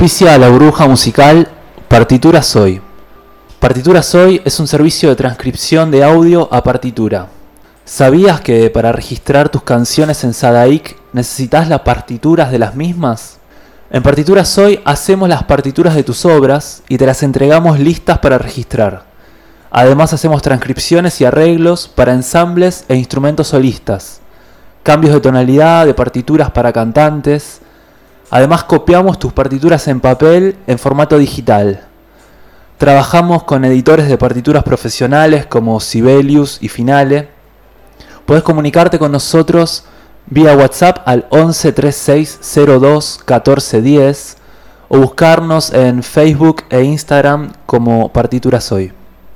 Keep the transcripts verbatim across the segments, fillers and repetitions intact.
Auspicia a la burbuja musical Partitura Soy. Partitura Soy es un servicio de transcripción de audio a partitura. ¿Sabías que para registrar tus canciones en Sadaic necesitas las partituras de las mismas? En Partitura Soy hacemos las partituras de tus obras y te las entregamos listas para registrar. Además hacemos transcripciones y arreglos para ensambles e instrumentos solistas, cambios de tonalidad de partituras para cantantes. Además copiamos tus partituras en papel en formato digital. Trabajamos con editores de partituras profesionales como Sibelius y Finale. Podés comunicarte con nosotros vía WhatsApp al once treinta y seis cero dos catorce diez o buscarnos en Facebook e Instagram como Partitura Soy.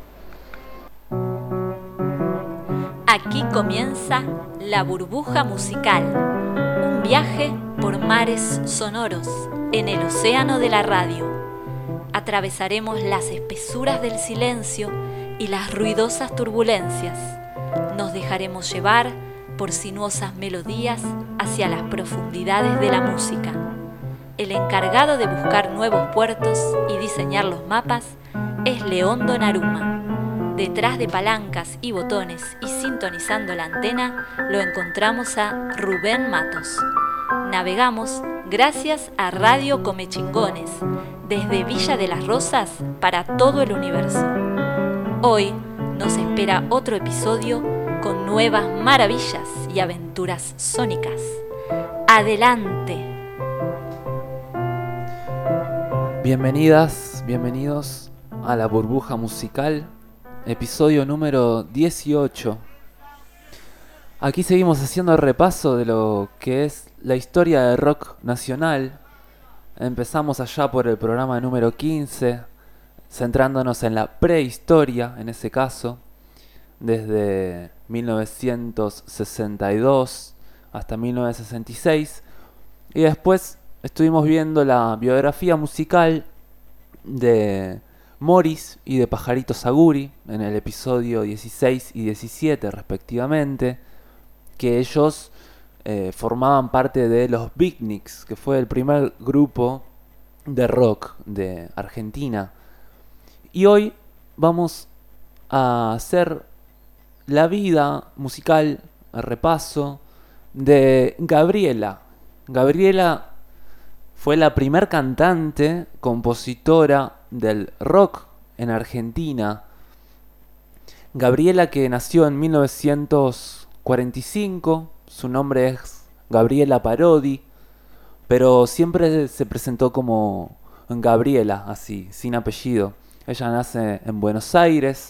Aquí comienza La Burbuja Musical, un viaje por mares sonoros en el océano de la radio. Atravesaremos las espesuras del silencio y las ruidosas turbulencias. Nos dejaremos llevar por sinuosas melodías hacia las profundidades de la música. El encargado de buscar nuevos puertos y diseñar los mapas es Leondo Naruma. Detrás de palancas y botones y sintonizando la antena lo encontramos a Rubén Matos. Navegamos gracias a Radio Comechingones, desde Villa de las Rosas para todo el universo. Hoy nos espera otro episodio con nuevas maravillas y aventuras sónicas. ¡Adelante! Bienvenidas, bienvenidos a La Burbuja Musical, episodio número dieciocho. Aquí seguimos haciendo el repaso de lo que es la historia del rock nacional. Empezamos allá por el programa número quince, centrándonos en la prehistoria, en ese caso, desde mil novecientos sesenta y dos hasta mil novecientos sesenta y seis. Y después estuvimos viendo la biografía musical de Morris y de Pajarito Saguri en el episodio dieciséis y diecisiete respectivamente, que ellos eh, formaban parte de los Beatniks, que fue el primer grupo de rock de Argentina. Y hoy vamos a hacer la vida musical, el repaso de Gabriela. Gabriela fue la primer cantante, compositora del rock en Argentina. Gabriela, que nació en mil novecientos cuarenta y cinco, su nombre es Gabriela Parodi, pero siempre se presentó como Gabriela, así, sin apellido. Ella nace en Buenos Aires,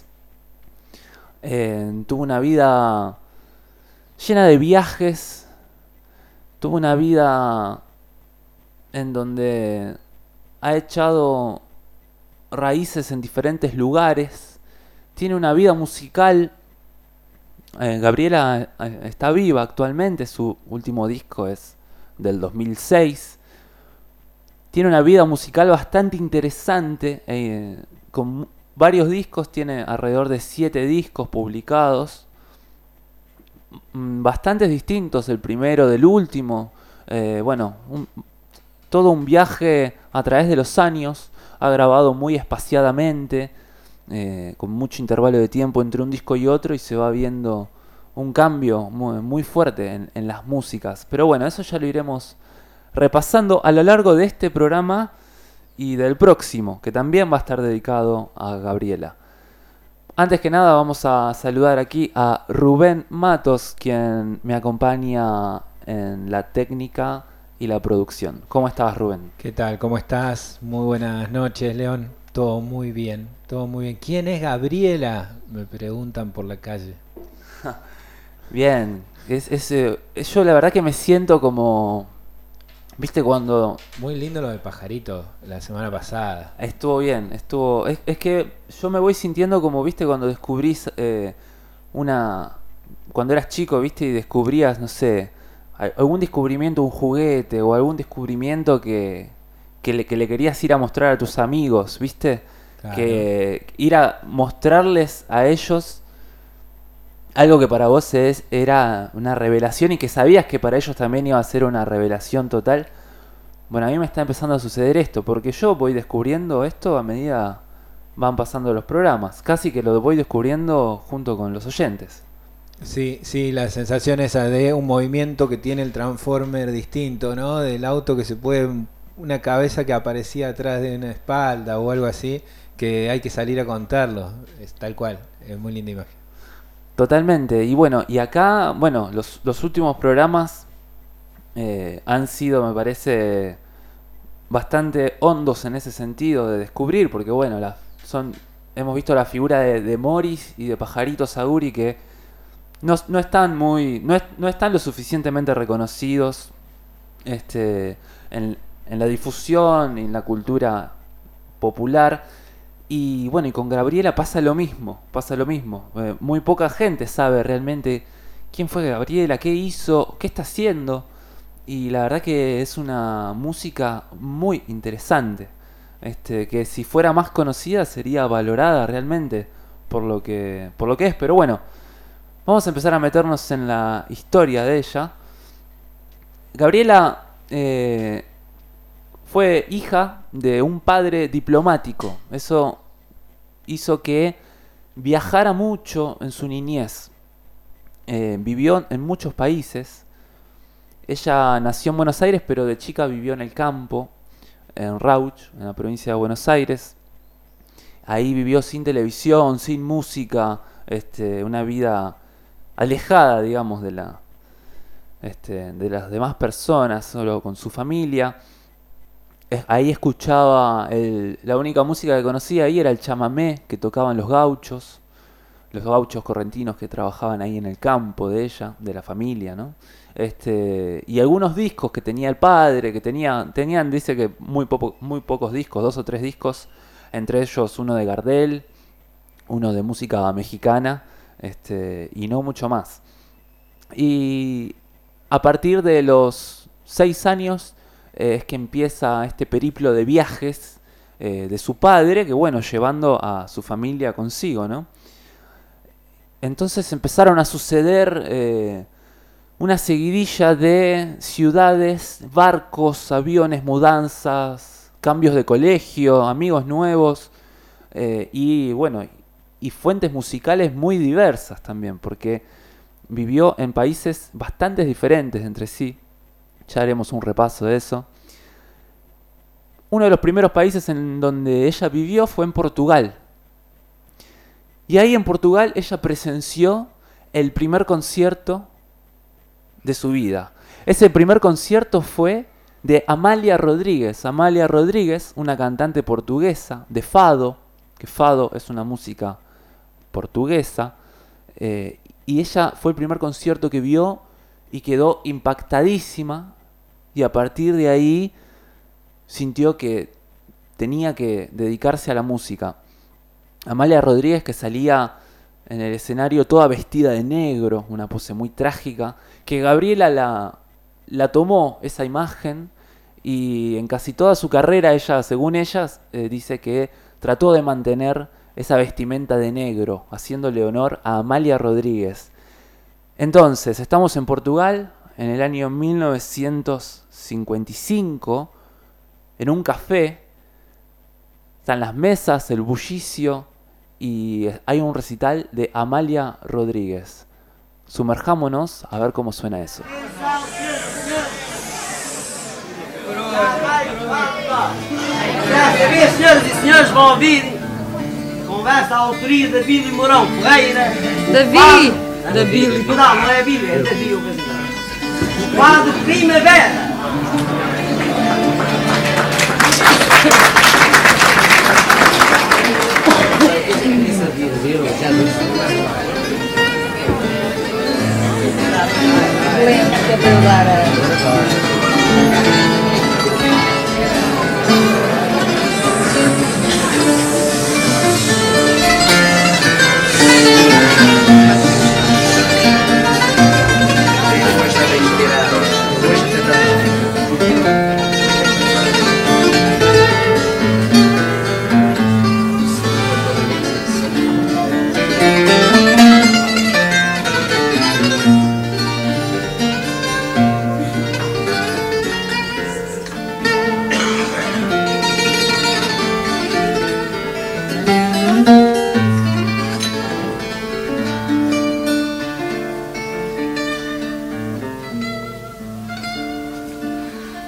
eh, tuvo una vida llena de viajes, tuvo una vida en donde ha echado raíces en diferentes lugares, tiene una vida musical. eh, Gabriela eh, está viva actualmente, su último disco es del dos mil seis. Tiene una vida musical bastante interesante, eh, con varios discos, tiene alrededor de siete discos publicados, bastantes distintos el primero del último. Eh, bueno, un, todo un viaje a través de los años. Ha grabado muy espaciadamente, eh, con mucho intervalo de tiempo entre un disco y otro, y se va viendo un cambio muy, muy fuerte en, en las músicas. Pero bueno, eso ya lo iremos repasando a lo largo de este programa y del próximo, que también va a estar dedicado a Gabriela. Antes que nada vamos a saludar aquí a Rubén Matos, quien me acompaña en la técnica y la producción. ¿Cómo estás, Rubén? ¿Qué tal? ¿Cómo estás? Muy buenas noches, León. Todo muy bien, todo muy bien. ¿Quién es Gabriela? Me preguntan por la calle. Bien, es, es, eh, yo la verdad que me siento como... ¿Viste cuando...? Muy lindo lo de Pajarito la semana pasada. Estuvo bien, estuvo... Es, es que yo me voy sintiendo como, ¿viste? Cuando descubrís eh, una... Cuando eras chico, ¿viste? Y descubrías, no sé... algún descubrimiento, un juguete o algún descubrimiento que, que, le, que le querías ir a mostrar a tus amigos, ¿viste? Claro. Que ir a mostrarles a ellos algo que para vos es, era una revelación y que sabías que para ellos también iba a ser una revelación total. bueno, a mí me está empezando a suceder esto, porque yo voy descubriendo esto a medida van pasando los programas. Casi que lo voy descubriendo junto con los oyentes. Sí, sí, la sensación esa de un movimiento que tiene el Transformer distinto, ¿no? Del auto que se puede, una cabeza que aparecía atrás de una espalda o algo así, que hay que salir a contarlo. Es tal cual, es muy linda imagen. Totalmente. Y bueno, y acá, bueno, los, los últimos programas eh, han sido, me parece, bastante hondos en ese sentido de descubrir, porque bueno, la, son, hemos visto la figura de, de Morris y de Pajarito Saguri que no, no están muy, no, es, no están lo suficientemente reconocidos este, en, en la difusión y en la cultura popular. Y bueno, y con Gabriela pasa lo mismo, pasa lo mismo. Eh, muy poca gente sabe realmente quién fue Gabriela, qué hizo, qué está haciendo. Y la verdad que es una música muy interesante. Este, que si fuera más conocida sería valorada realmente por lo que, por lo que es. Pero bueno, vamos a empezar a meternos en la historia de ella. Gabriela eh, fue hija de un padre diplomático. Eso hizo que viajara mucho en su niñez. Eh, vivió en muchos países. Ella nació en Buenos Aires, pero de chica vivió en el campo, en Rauch, en la provincia de Buenos Aires. Ahí vivió sin televisión, sin música, este, una vida alejada, digamos, de la, este, de las demás personas, solo con su familia. Ahí escuchaba, el, la única música que conocía ahí era el chamamé que tocaban los gauchos, los gauchos correntinos que trabajaban ahí en el campo de ella, de la familia, ¿no? Este, y algunos discos que tenía el padre, que tenía, tenían, dice que muy, poco, muy pocos discos, dos o tres discos, entre ellos uno de Gardel, uno de música mexicana, este, y no mucho más. Y a partir de los seis años eh, es que empieza este periplo de viajes eh, de su padre, que bueno, llevando a su familia consigo, ¿no? Entonces empezaron a suceder eh, una seguidilla de ciudades, barcos, aviones, mudanzas, cambios de colegio, amigos nuevos eh, y bueno, y fuentes musicales muy diversas también, porque vivió en países bastante diferentes entre sí. Ya haremos un repaso de eso. Uno de los primeros países en donde ella vivió fue en Portugal. Y ahí en Portugal ella presenció el primer concierto de su vida. Ese primer concierto fue de Amália Rodrigues. Amália Rodrigues, una cantante portuguesa de fado, que fado es una música portuguesa, eh, y ella fue el primer concierto que vio y quedó impactadísima, y a partir de ahí sintió que tenía que dedicarse a la música. Amália Rodrigues, que salía en el escenario toda vestida de negro, una pose muy trágica, que Gabriela la, la tomó esa imagen y en casi toda su carrera ella, según ella, eh, dice que trató de mantener esa vestimenta de negro, haciéndole honor a Amália Rodrigues. Entonces, estamos en Portugal en el año mil novecientos cincuenta y cinco, en un café, están las mesas, el bullicio, y hay un recital de Amália Rodrigues. Sumerjámonos a ver cómo suena eso. Desta vez, senhoras e senhores, vão ouvir conversa à autoria da Bíblia Mourão Ferreira. Davi! Da Bíblia. Não, não é a Bíblia, é Davi o brasileiro. O quadro Primavera. Lenta para dar a... Depois também tirar, depois de tentar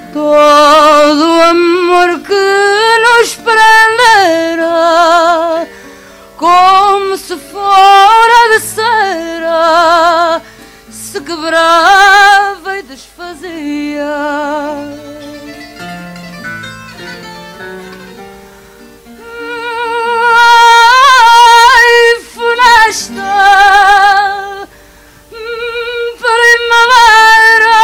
todo amor que nos prenderá, como se fora de cera, se quebrava e desfazia. Ai, funesta primavera,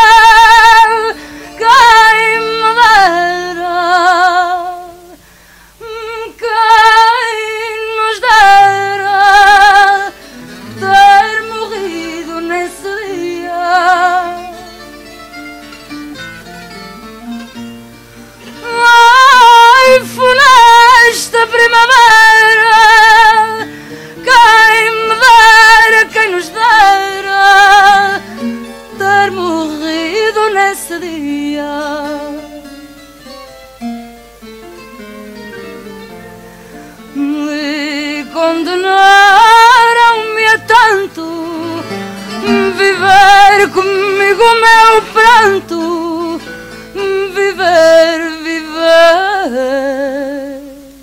cai madeira, quem nos dera ter morrido nesse dia. Ai, funesta primavera, quem me dera, quem nos dera ter morrido nesse dia. Me condenaram-me a tanto, viver comigo o meu pranto, viver, viver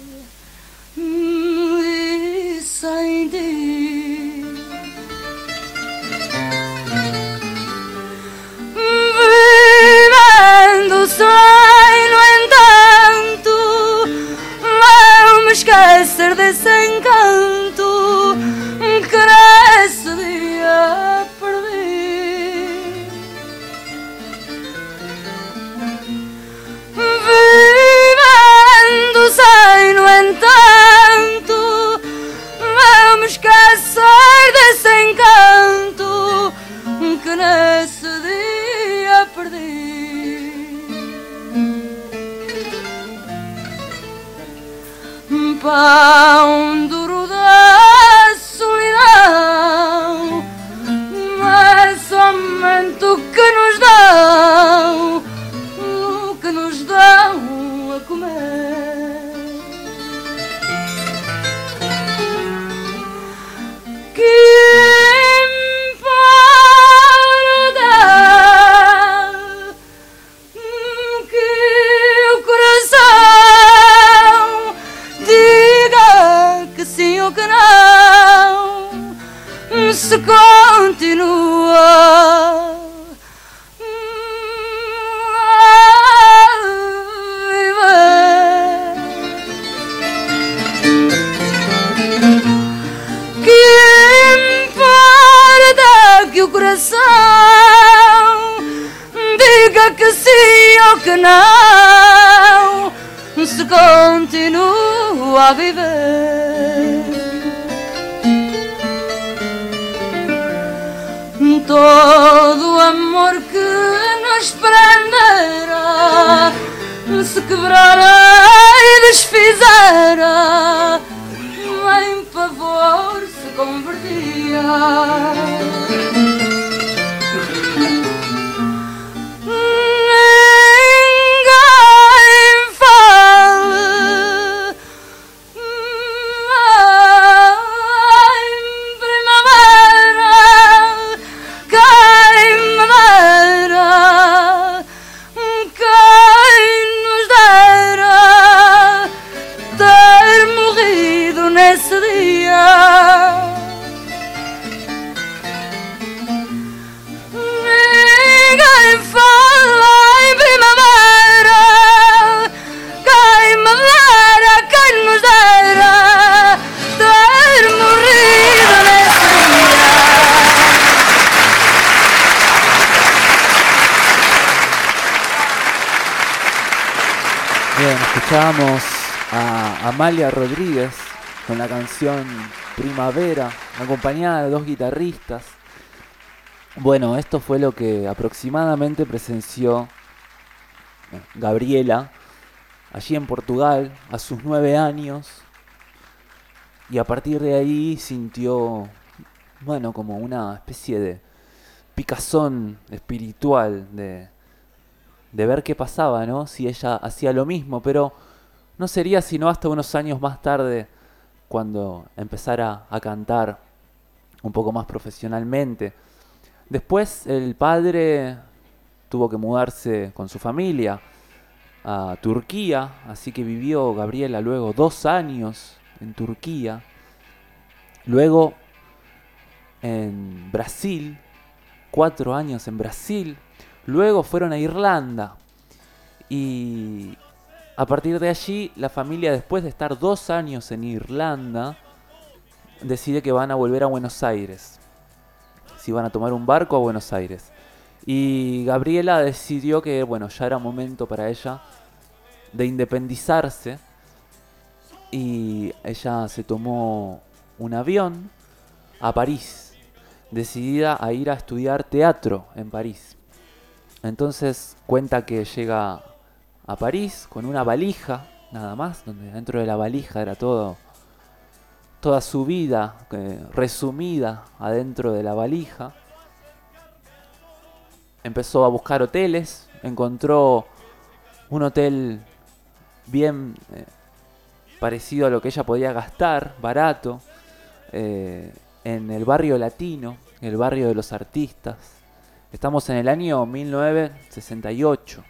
e sem ti. Vivendo sem, no entanto, não me esquecer desse encanto que nesse dia perdi. Vivendo sem, no entanto, não me esquecer desse encanto que nesse dia perdi. Pão duro da solidão, é somente o que nos dão, o que nos dão a comer. Que importa que o coração diga que sim ou que não, se continua a viver. Que importa que o coração diga que sim ou que não, se continua a viver. Todo amor que nos prenderá, se quebrará e desfizerá, em pavor se convertia. Escuchábamos a Amalia Rodríguez con la canción Primavera, acompañada de dos guitarristas. Bueno, esto fue lo que aproximadamente presenció Gabriela allí en Portugal a sus nueve años, y a partir de ahí sintió, bueno, como una especie de picazón espiritual de, de ver qué pasaba, ¿no? Si ella hacía lo mismo, pero no sería sino hasta unos años más tarde cuando empezara a cantar un poco más profesionalmente. Después el padre tuvo que mudarse con su familia a Turquía, así que vivió Gabriela luego dos años en Turquía, luego en Brasil, cuatro años en Brasil, luego fueron a Irlanda y a partir de allí la familia, después de estar dos años en Irlanda, decide que van a volver a Buenos Aires, si van a tomar un barco a Buenos Aires. Y Gabriela decidió que, bueno, ya era momento para ella de independizarse. Y ella se tomó un avión a París, decidida a ir a estudiar teatro en París. Entonces cuenta que llega a París con una valija, nada más, donde dentro de la valija era todo, toda su vida eh, resumida adentro de la valija. Empezó a buscar hoteles, encontró un hotel bien eh, parecido a lo que ella podía gastar, barato, eh, en el barrio latino, el barrio de los artistas. Estamos en el año mil novecientos sesenta y ocho.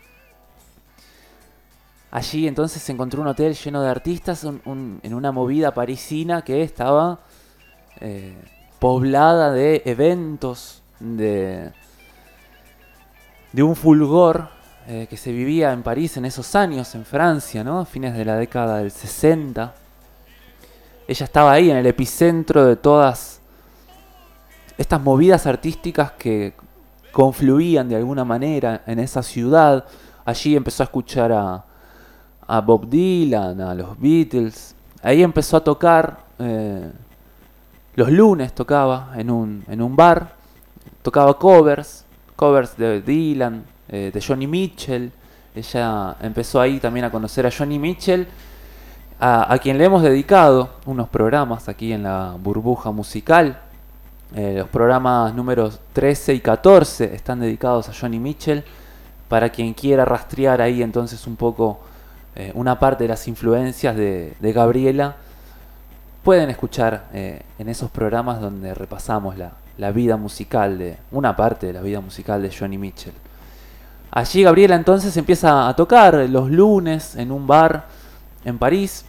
Allí entonces se encontró un hotel lleno de artistas un, un, en una movida parisina que estaba eh, poblada de eventos, de... de un fulgor eh, que se vivía en París en esos años, en Francia, ¿no? A fines de la década del sesenta. Ella estaba ahí en el epicentro de todas estas movidas artísticas que confluían de alguna manera en esa ciudad. Allí empezó a escuchar a, a Bob Dylan, a los Beatles. Ahí empezó a tocar, eh, los lunes tocaba en un, en un bar, tocaba covers, covers de Dylan, eh, de Johnny Mitchell. Ella empezó ahí también a conocer a Johnny Mitchell, a, a quien le hemos dedicado unos programas aquí en la burbuja musical. Eh, los programas números trece y catorce están dedicados a Johnny Mitchell, para quien quiera rastrear ahí entonces un poco eh, una parte de las influencias de, de Gabriela. Pueden escuchar eh, en esos programas donde repasamos la, la vida musical de una parte de la vida musical de Johnny Mitchell. Allí Gabriela entonces empieza a tocar los lunes en un bar en París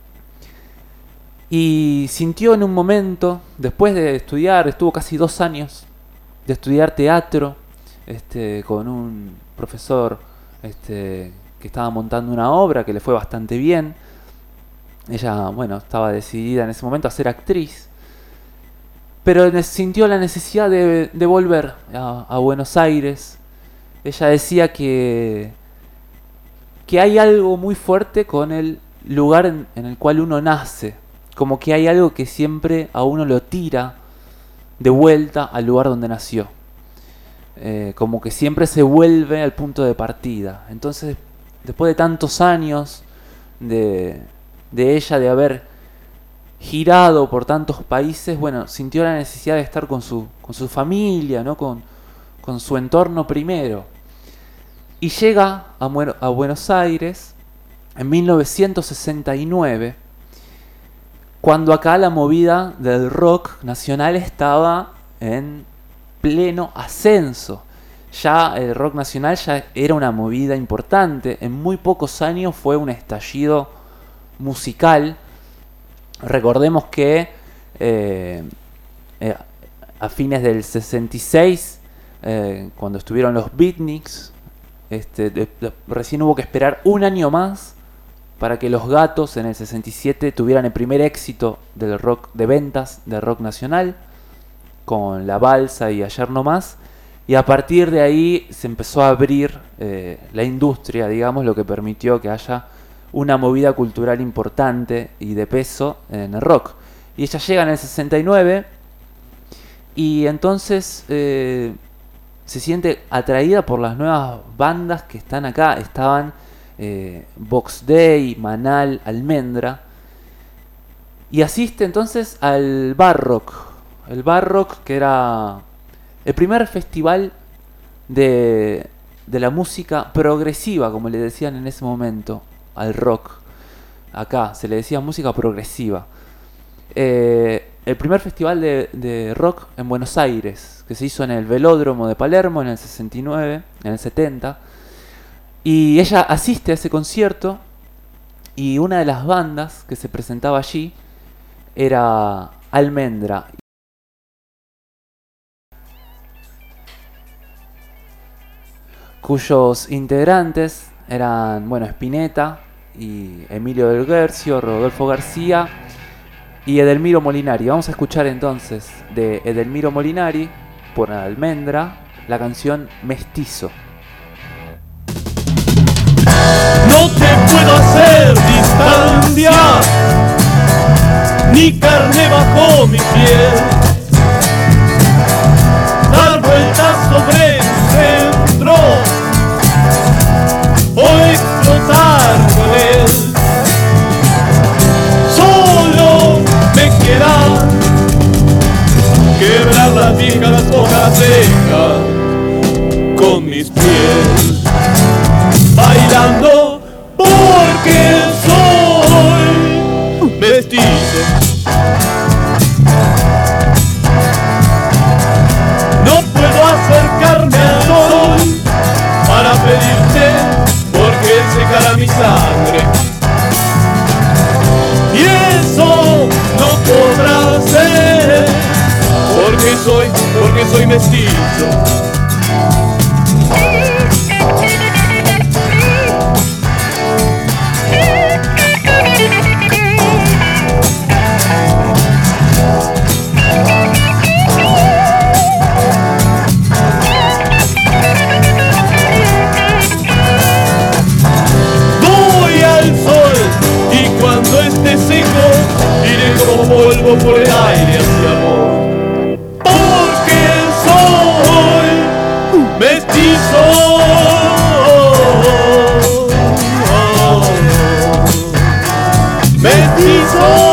y sintió en un momento, después de estudiar, estuvo casi dos años de estudiar teatro este, con un profesor este, que estaba montando una obra que le fue bastante bien. Ella, bueno, estaba decidida en ese momento a ser actriz, pero sintió la necesidad de, de volver a, a Buenos Aires. Ella decía que, que hay algo muy fuerte con el lugar en, en el cual uno nace, como que hay algo que siempre a uno lo tira de vuelta al lugar donde nació, eh, como que siempre se vuelve al punto de partida. Entonces, después de tantos años de... de ella, de haber girado por tantos países, bueno, sintió la necesidad de estar con su, con su familia, ¿no? con, con su entorno primero. Y llega a, a Buenos Aires en mil novecientos sesenta y nueve, cuando acá la movida del rock nacional estaba en pleno ascenso. Ya el rock nacional ya era una movida importante. En muy pocos años fue un estallido musical. Recordemos que eh, eh, a fines del sesenta y seis, eh, cuando estuvieron los Beatniks, este, de, de, recién hubo que esperar un año más para que los Gatos en el sesenta y siete tuvieran el primer éxito del rock de ventas de rock nacional con La Balsa y Ayer No Más, y a partir de ahí se empezó a abrir eh, la industria, digamos, lo que permitió que haya una movida cultural importante y de peso en el rock. Y ella llega en el sesenta y nueve y entonces eh, se siente atraída por las nuevas bandas que están acá. Estaban eh, Box Day, Manal, Almendra, y asiste entonces al Bar Rock. El Bar Rock, que era el primer festival de, de la música progresiva, como le decían en ese momento al rock. Acá se le decía música progresiva. Eh, el primer festival de, de rock en Buenos Aires, que se hizo en el Velódromo de Palermo en el sesenta y nueve, en el setenta. Y ella asiste a ese concierto y una de las bandas que se presentaba allí era Almendra. Cuyos integrantes eran, bueno, Spinetta y Emilio del Guercio, Rodolfo García y Edelmiro Molinari. Vamos a escuchar entonces de Edelmiro Molinari por Almendra la canción Mestizo. No te puedo hacer distancia, ni carne bajo mi piel, dar vueltas sobre el centro o explotar con él. Solo me queda quebrar las viejas hojas secas con mis pies, bailando porque soy mestizo. No puedo acercarme al sol para pedirte porque él secará mi sangre, y eso no podrá ser porque soy, porque soy mestizo. Cuando esté seco, iré como polvo por el aire hacia amor, porque soy mestizo. Mestizo.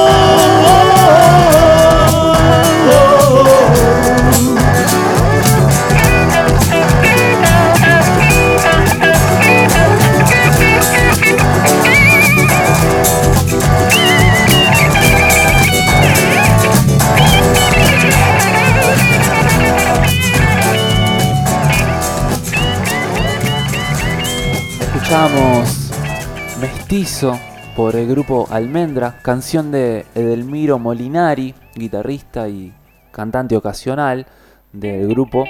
Escuchamos Mestizo por el grupo Almendra, canción de Edelmiro Molinari, guitarrista y cantante ocasional del grupo.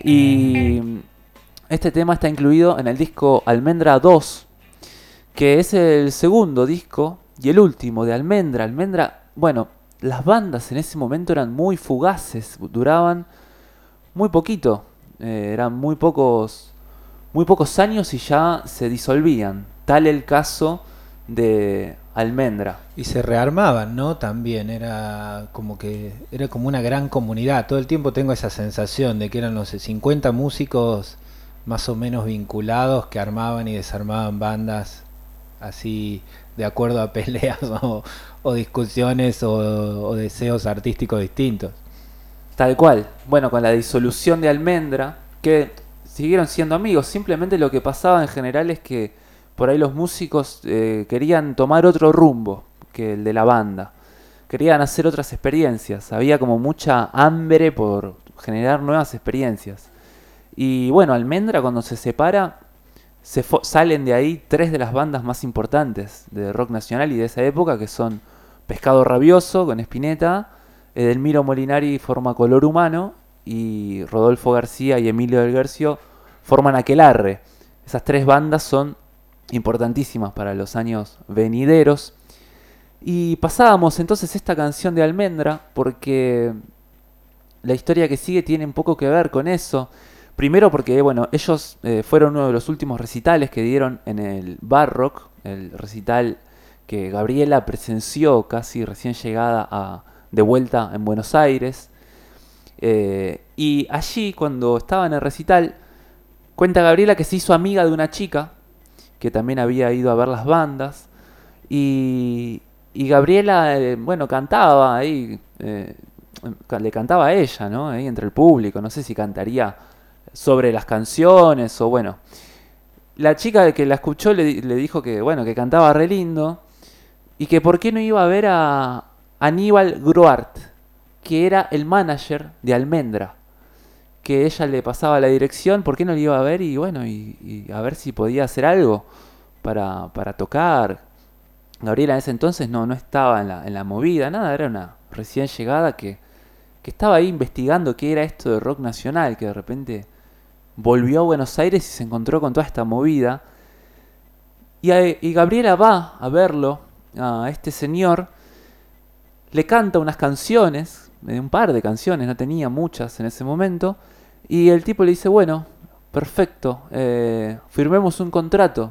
Y este tema está incluido en el disco Almendra dos, que es el segundo disco y el último de Almendra. Almendra, bueno, las bandas en ese momento eran muy fugaces, duraban muy poquito, eh, eran muy pocos... muy pocos años y ya se disolvían. Tal el caso de Almendra. Y se rearmaban, ¿no? También era como que era como una gran comunidad. Todo el tiempo tengo esa sensación de que eran, no sé, cincuenta músicos más o menos vinculados que armaban y desarmaban bandas así de acuerdo a peleas o, o discusiones o, o deseos artísticos distintos. Tal cual. Bueno, con la disolución de Almendra, que siguieron siendo amigos. Simplemente lo que pasaba en general es que por ahí los músicos eh, querían tomar otro rumbo que el de la banda. Querían hacer otras experiencias. Había como mucha hambre por generar nuevas experiencias. Y bueno, Almendra cuando se separa, se salen de ahí tres de las bandas más importantes de rock nacional y de esa época, que son Pescado Rabioso con Spinetta, Edelmiro Molinari forma Color Humano y Rodolfo García y Emilio del Guercio forman Aquelarre. Esas tres bandas son importantísimas para los años venideros. Y pasábamos entonces esta canción de Almendra porque la historia que sigue tiene un poco que ver con eso. Primero porque, bueno, ellos eh, fueron uno de los últimos recitales que dieron en el Bar Rock, el recital que Gabriela presenció casi recién llegada a, de vuelta en Buenos Aires. Eh, y allí, cuando estaba en el recital, cuenta Gabriela que se hizo amiga de una chica que también había ido a ver las bandas. Y, y Gabriela, eh, bueno, cantaba ahí, eh, le cantaba a ella, ¿no? Ahí entre el público, no sé si cantaría sobre las canciones o bueno. La chica que la escuchó le, le dijo que, bueno, que cantaba re lindo y que por qué no iba a ver a Aníbal Gruart, que era el manager de Almendra, que ella le pasaba la dirección, ¿por qué no le iba a ver? Y bueno, y, y a ver si podía hacer algo para, para tocar. Gabriela en ese entonces no, no estaba en la, en la movida, nada, era una recién llegada que, que estaba ahí investigando qué era esto de rock nacional, que de repente volvió a Buenos Aires y se encontró con toda esta movida. Y, a, y Gabriela va a verlo, a este señor, le canta unas canciones, un par de canciones, no tenía muchas en ese momento, y el tipo le dice, bueno, perfecto, eh, firmemos un contrato.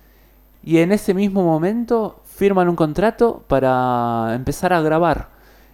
Y en ese mismo momento firman un contrato para empezar a grabar.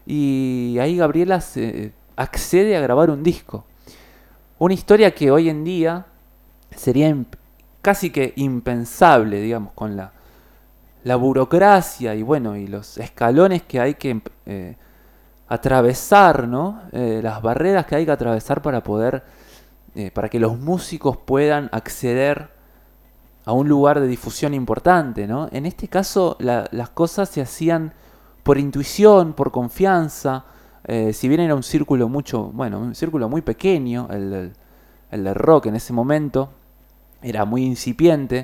Y ahí Gabriela se accede a grabar un disco. Una historia que hoy en día sería imp- casi que impensable, digamos, con la, la burocracia y bueno, y los escalones que hay que eh, atravesar, ¿no? Eh, las barreras que hay que atravesar para poder, eh, para que los músicos puedan acceder a un lugar de difusión importante, ¿no? En este caso la, las cosas se hacían por intuición, por confianza, eh, si bien era un círculo mucho, bueno, un círculo muy pequeño, el, el, el del rock en ese momento, era muy incipiente,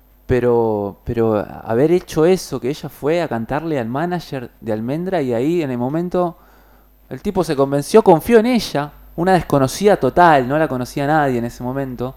pero, pero haber hecho eso, que ella fue a cantarle al manager de Almendra y ahí en el momento el tipo se convenció, confió en ella, una desconocida total, no la conocía nadie en ese momento,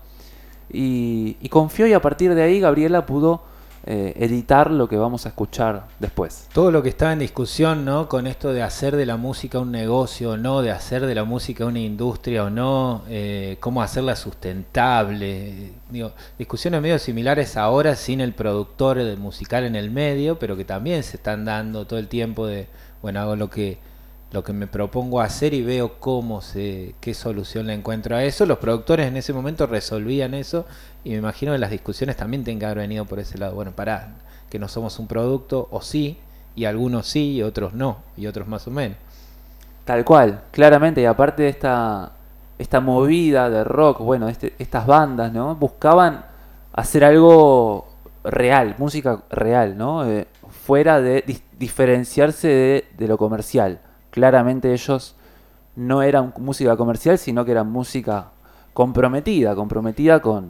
y, y confió y a partir de ahí Gabriela pudo eh, editar lo que vamos a escuchar después. Todo lo que estaba en discusión, ¿no? Con esto de hacer de la música un negocio o no, de hacer de la música una industria o no, eh, cómo hacerla sustentable. Digo, discusiones medio similares ahora sin el productor del musical en el medio, pero que también se están dando todo el tiempo de, bueno, hago lo que lo que me propongo hacer y veo cómo se, qué solución le encuentro a eso. Los productores en ese momento resolvían eso y me imagino que las discusiones también tienen que haber venido por ese lado. Bueno, pará, que no somos un producto, o sí, y algunos sí, y otros no, y otros más o menos. Tal cual, claramente, y aparte de esta, esta movida de rock, bueno, este, estas bandas, ¿no? Buscaban hacer algo real, música real, ¿no? Eh, fuera de dis- diferenciarse de, de lo comercial. Claramente ellos no eran música comercial, sino que eran música comprometida, comprometida con,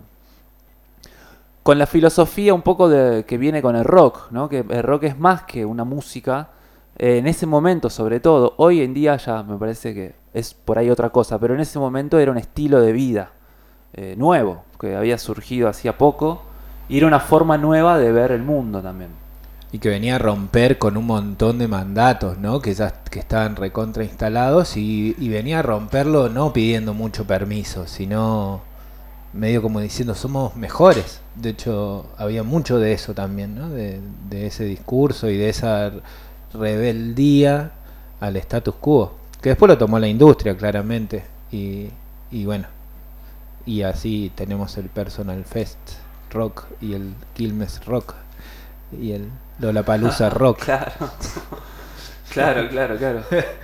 con la filosofía un poco de, que viene con el rock, ¿no? Que el rock es más que una música, eh, en ese momento sobre todo, hoy en día ya me parece que es por ahí otra cosa, pero en ese momento era un estilo de vida eh, nuevo, que había surgido hacía poco, y era una forma nueva de ver el mundo también. Y que venía a romper con un montón de mandatos, ¿no? Que ya que estaban recontra instalados y, y venía a romperlo no pidiendo mucho permiso, sino medio como diciendo somos mejores. De hecho, había mucho de eso también, ¿no? De, de ese discurso y de esa rebeldía al status quo, que después lo tomó la industria claramente. Y, y bueno, y así tenemos el Personal Fest Rock y el Quilmes Rock y el Lollapalooza Rock. Claro, claro, claro, claro.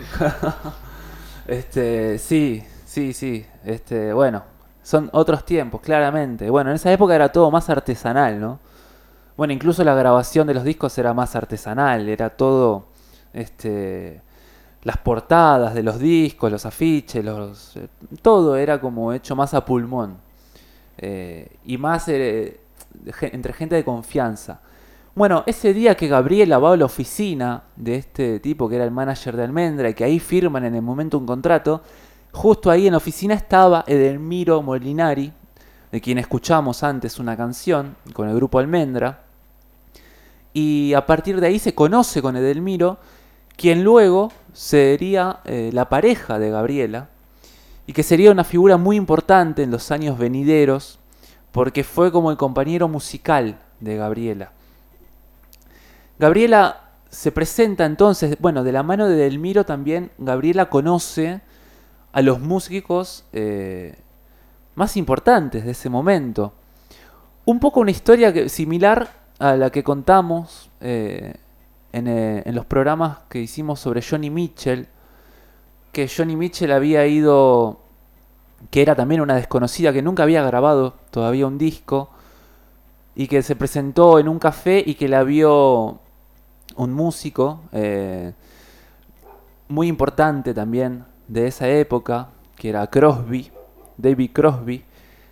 este, sí, sí, sí. Este, bueno, son otros tiempos, claramente. Bueno, en esa época era todo más artesanal, ¿no? Bueno, incluso la grabación de los discos era más artesanal, era todo, este, las portadas de los discos, los afiches, los, eh, todo era como hecho más a pulmón eh, y más eh, entre gente de confianza. Bueno, ese día que Gabriela va a la oficina de este tipo que era el manager de Almendra y que ahí firman en el momento un contrato, justo ahí en la oficina estaba Edelmiro Molinari, de quien escuchamos antes una canción con el grupo Almendra, y a partir de ahí se conoce con Edelmiro, quien luego sería eh, la pareja de Gabriela y que sería una figura muy importante en los años venideros porque fue como el compañero musical de Gabriela. Gabriela se presenta entonces, bueno, de la mano de Edelmiro también, Gabriela conoce a los músicos eh, más importantes de ese momento. Un poco una historia que, similar a la que contamos eh, en, eh, en los programas que hicimos sobre Johnny Mitchell, que Johnny Mitchell había ido, que era también una desconocida que nunca había grabado todavía un disco, y que se presentó en un café y que la vio un músico, eh, muy importante también de esa época, que era Crosby, David Crosby,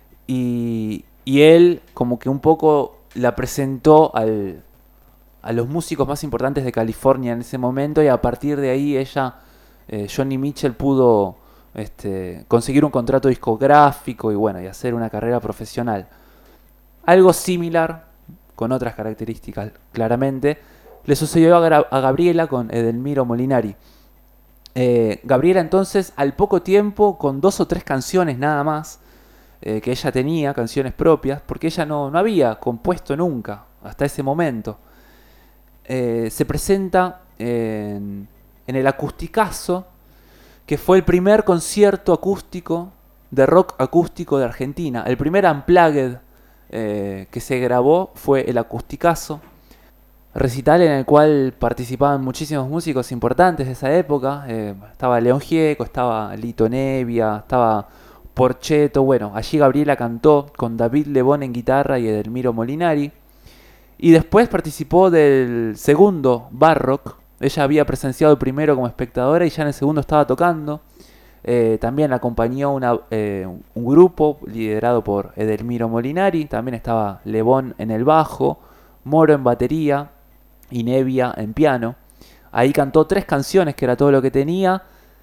y, y él como que un poco la presentó al, a los músicos más importantes de California en ese momento, y a partir de ahí ella, eh, Joni Mitchell, pudo este, conseguir un contrato discográfico y bueno, y hacer una carrera profesional. Algo similar, con otras características claramente, le sucedió a, Gra- a Gabriela con Edelmiro Molinari. Eh, Gabriela entonces, al poco tiempo, con dos o tres canciones nada más, eh, que ella tenía, canciones propias, porque ella no, no había compuesto nunca hasta ese momento, eh, se presenta en, en el Acusticazo, que fue el primer concierto acústico de rock acústico de Argentina. El primer unplugged eh, que se grabó fue el Acusticazo, recital en el cual participaban muchísimos músicos importantes de esa época. Eh, estaba León Gieco, estaba Lito Nevia, estaba Porchetto. Bueno, allí Gabriela cantó con David Lebón en guitarra y Edelmiro Molinari. Y después participó del segundo Barrock. Ella había presenciado el primero como espectadora y ya en el segundo estaba tocando. Eh, también acompañó una, eh, un grupo liderado por Edelmiro Molinari. También estaba Lebón en el bajo, Moro en batería y Nevia en piano. Ahí cantó tres canciones, que era todo lo que tenía,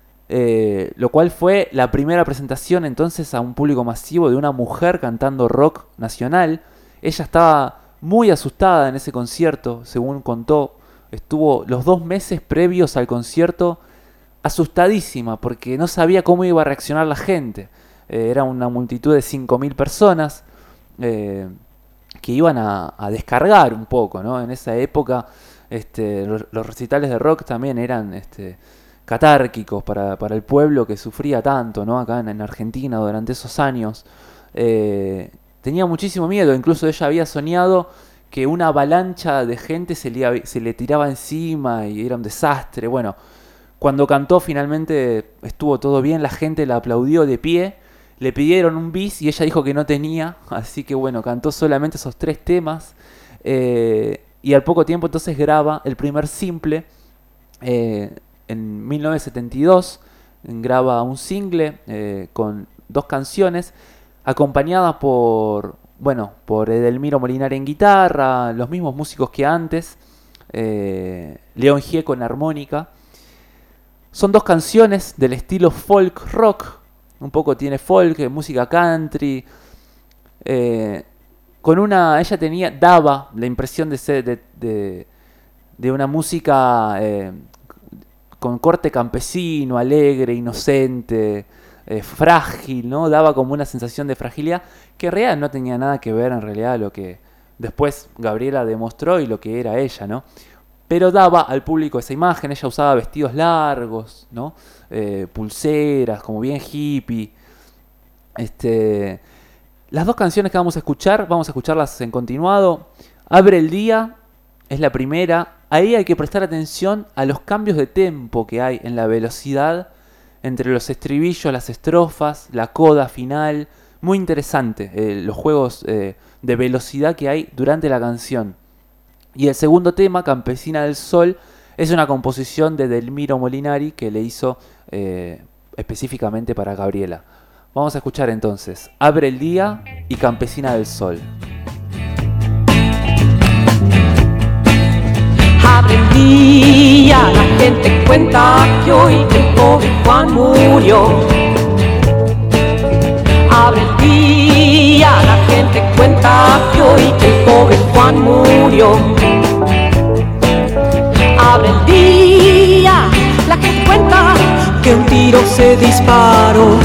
eh, lo cual fue la primera presentación entonces a un público masivo de una mujer cantando rock nacional. Ella estaba muy asustada en ese concierto, según contó. Estuvo los dos meses previos al concierto asustadísima porque no sabía cómo iba a reaccionar la gente. Eh, era una multitud de cinco mil personas eh, que iban a, a descargar un poco, ¿no? En esa época este, los, los recitales de rock también eran este, catárquicos para, para el pueblo que sufría tanto, ¿no? Acá en, en Argentina durante esos años. Eh, tenía muchísimo miedo, incluso ella había soñado que una avalancha de gente se le, se le tiraba encima y era un desastre. Bueno, cuando cantó finalmente estuvo todo bien, la gente la aplaudió de pie, le pidieron un bis y ella dijo que no tenía, así que bueno, cantó solamente esos tres temas, eh, y al poco tiempo entonces graba el primer simple, eh, en mil novecientos setenta y dos, graba un single eh, con dos canciones, acompañada por... Bueno, por Edelmiro Molinari en guitarra, los mismos músicos que antes, eh, León Gieco en armónica. Son dos canciones del estilo folk rock, un poco tiene folk, música country. Eh, con una, ella tenía, daba la impresión de ser de, de, de una música eh, con corte campesino, alegre, inocente, eh, frágil, ¿no? Daba como una sensación de fragilidad que en realidad no tenía nada que ver en realidad lo que después Gabriela demostró y lo que era ella, ¿no? Pero daba al público esa imagen. Ella usaba vestidos largos, ¿no? Eh, pulseras, como bien hippie. Este, las dos canciones que vamos a escuchar, vamos a escucharlas en continuado. Abre el día es la primera. Ahí hay que prestar atención a los cambios de tempo que hay en la velocidad entre los estribillos, las estrofas, la coda final. Muy interesante eh, los juegos eh, de velocidad que hay durante la canción. Y el segundo tema, Campesina del Sol, es una composición de Edelmiro Molinari que le hizo eh, específicamente para Gabriela. Vamos a escuchar entonces Abre el día y Campesina del Sol. Abre el día, la gente cuenta que hoy el pobre Juan murió. Abre el día, la gente cuenta que hoy el pobre Juan murió. Abre el día, la gente cuenta que un tiro se disparó.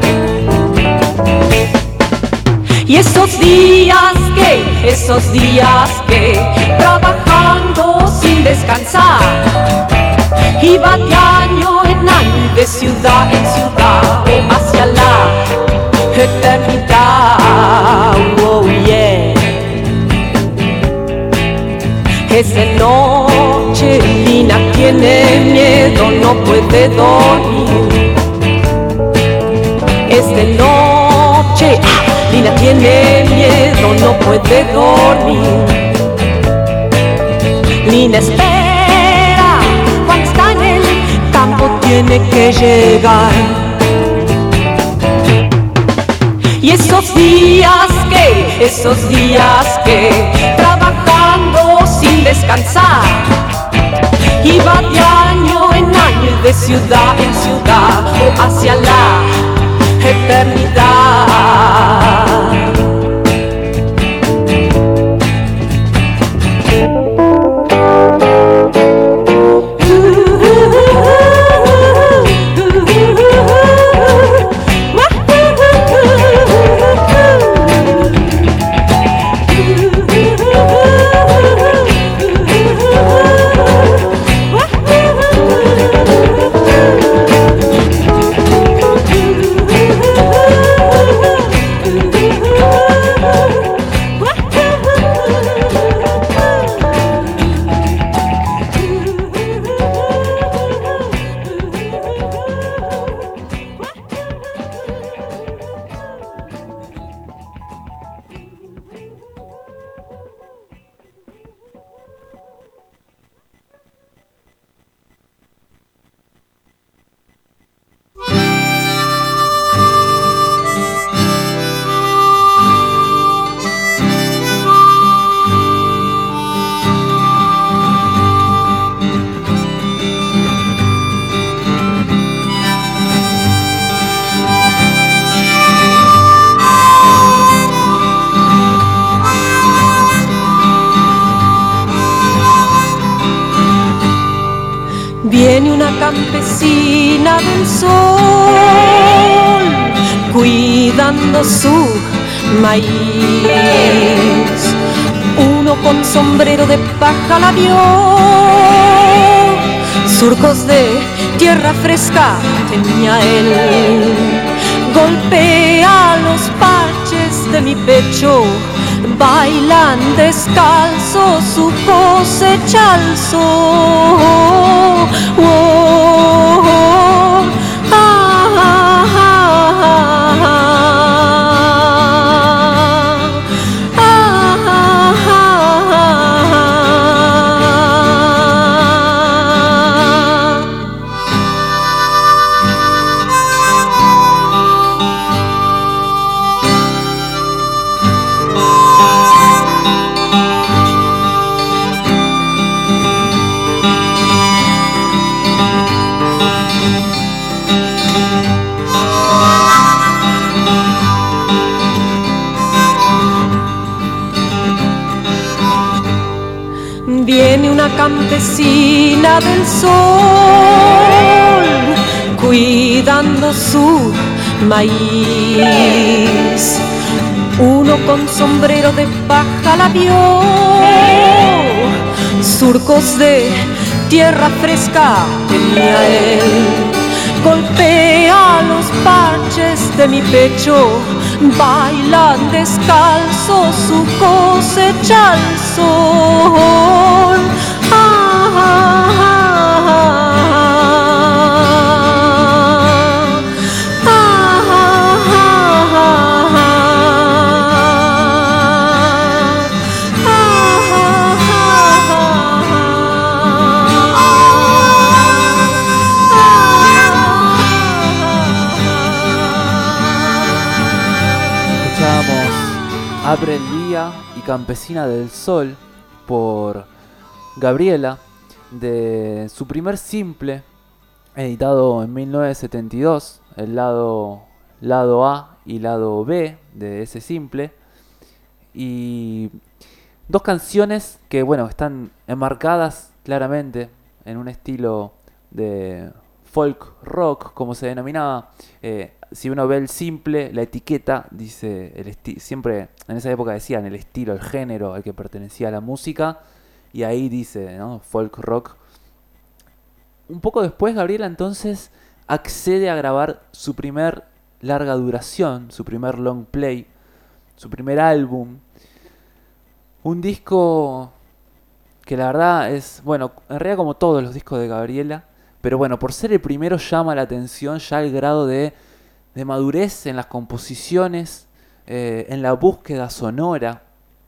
Y esos días que, esos días que, trabajando sin descansar, iba de año en año, de ciudad en ciudad, hacia la eternidad, oh yeah. Es de noche, Lina tiene miedo, no puede dormir. Es de noche, Lina tiene miedo, no puede dormir. Lina espera cuando está en el campo. tiene que llegar. Y esos días que, esos días que, trabajando sin descansar, iba de año en año y de ciudad en ciudad o hacia la eternidad. Viene una campesina del sol, cuidando su maíz. Uno con sombrero de paja la vio, surcos de tierra fresca tenía él. Golpea los parches de mi pecho, bailan descalzo su cosecha al sol. Oh, oh, ah, ah, ah, ah, ah, Viene una campesina del sol, cuidando su maíz. Uno con sombrero de paja la vio, surcos de tierra fresca tenía él. Golpea los parches de mi pecho, bailan descalzo su cosecha al sol. Ah, ah, ah, ah, Abre el día y Campesina del Sol por Gabriela, de su primer simple editado en mil novecientos setenta y dos, el lado, lado A y lado B de ese simple, y dos canciones que bueno están enmarcadas claramente en un estilo de folk rock, como se denominaba. Eh, si uno ve el simple, la etiqueta dice el esti- siempre en esa época decían el estilo, el género al que pertenecía la música, y ahí dice, ¿no?, folk rock. Un poco después Gabriela entonces accede a grabar su primer larga duración, su primer long play, su primer álbum, un disco que la verdad es, bueno, en realidad como todos los discos de Gabriela, pero bueno, por ser el primero llama la atención ya el grado de, de madurez en las composiciones, eh, en la búsqueda sonora.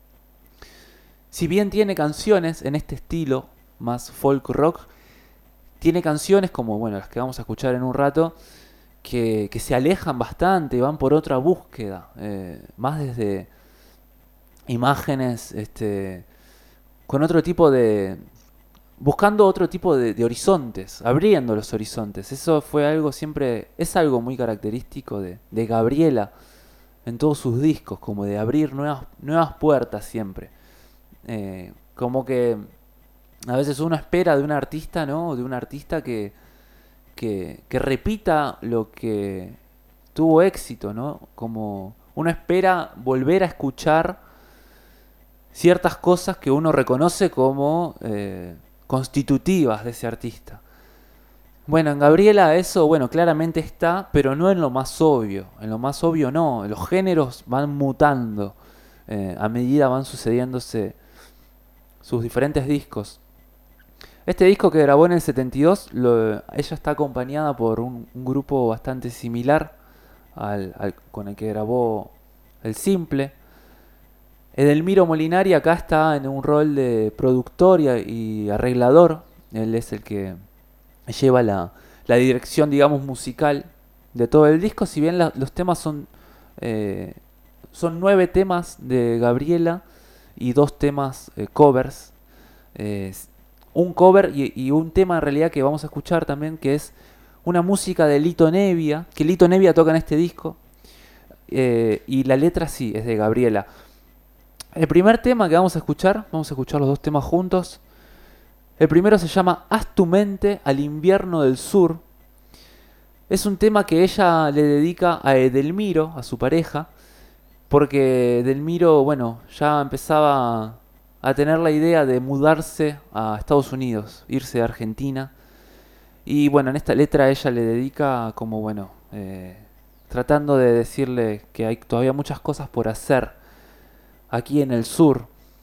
Si bien tiene canciones en este estilo más folk rock, tiene canciones como, bueno, las que vamos a escuchar en un rato, que, que se alejan bastante, van por otra búsqueda, eh, más desde imágenes, este, con otro tipo de... buscando otro tipo de, de horizontes, abriendo los horizontes. Eso fue algo siempre, es algo muy característico de, de Gabriela en todos sus discos, como de abrir nuevas, nuevas puertas siempre. Eh, como que a veces uno espera de un artista, ¿no? De un artista que, que, que repita lo que tuvo éxito, ¿no? Como uno espera volver a escuchar ciertas cosas que uno reconoce como eh, constitutivas de ese artista. Bueno, en Gabriela eso, bueno, claramente está, pero no en lo más obvio. En lo más obvio no. Los géneros van mutando eh, a medida van sucediéndose sus diferentes discos. Este disco que grabó en el setenta y dos, lo, ella está acompañada por un, un grupo bastante similar al, al con el que grabó El Simple. Edelmiro Molinari acá está en un rol de productor y, y arreglador. Él es el que lleva la, la dirección, digamos, musical de todo el disco. Si bien la, los temas son eh, son nueve temas de Gabriela y dos temas eh, covers. Eh, un cover y, y un tema en realidad que vamos a escuchar también, que es una música de Lito Nevia, que Lito Nevia toca en este disco. Eh, y la letra sí, es de Gabriela. El primer tema que vamos a escuchar, vamos a escuchar los dos temas juntos. El primero se llama Haz tu mente al invierno del sur. Es un tema que ella le dedica a Edelmiro, a su pareja, porque Edelmiro, bueno, ya empezaba a tener la idea de mudarse a Estados Unidos, irse a Argentina. Y bueno, en esta letra ella le dedica como, bueno, eh, tratando de decirle que hay todavía muchas cosas por hacer aquí en el sur.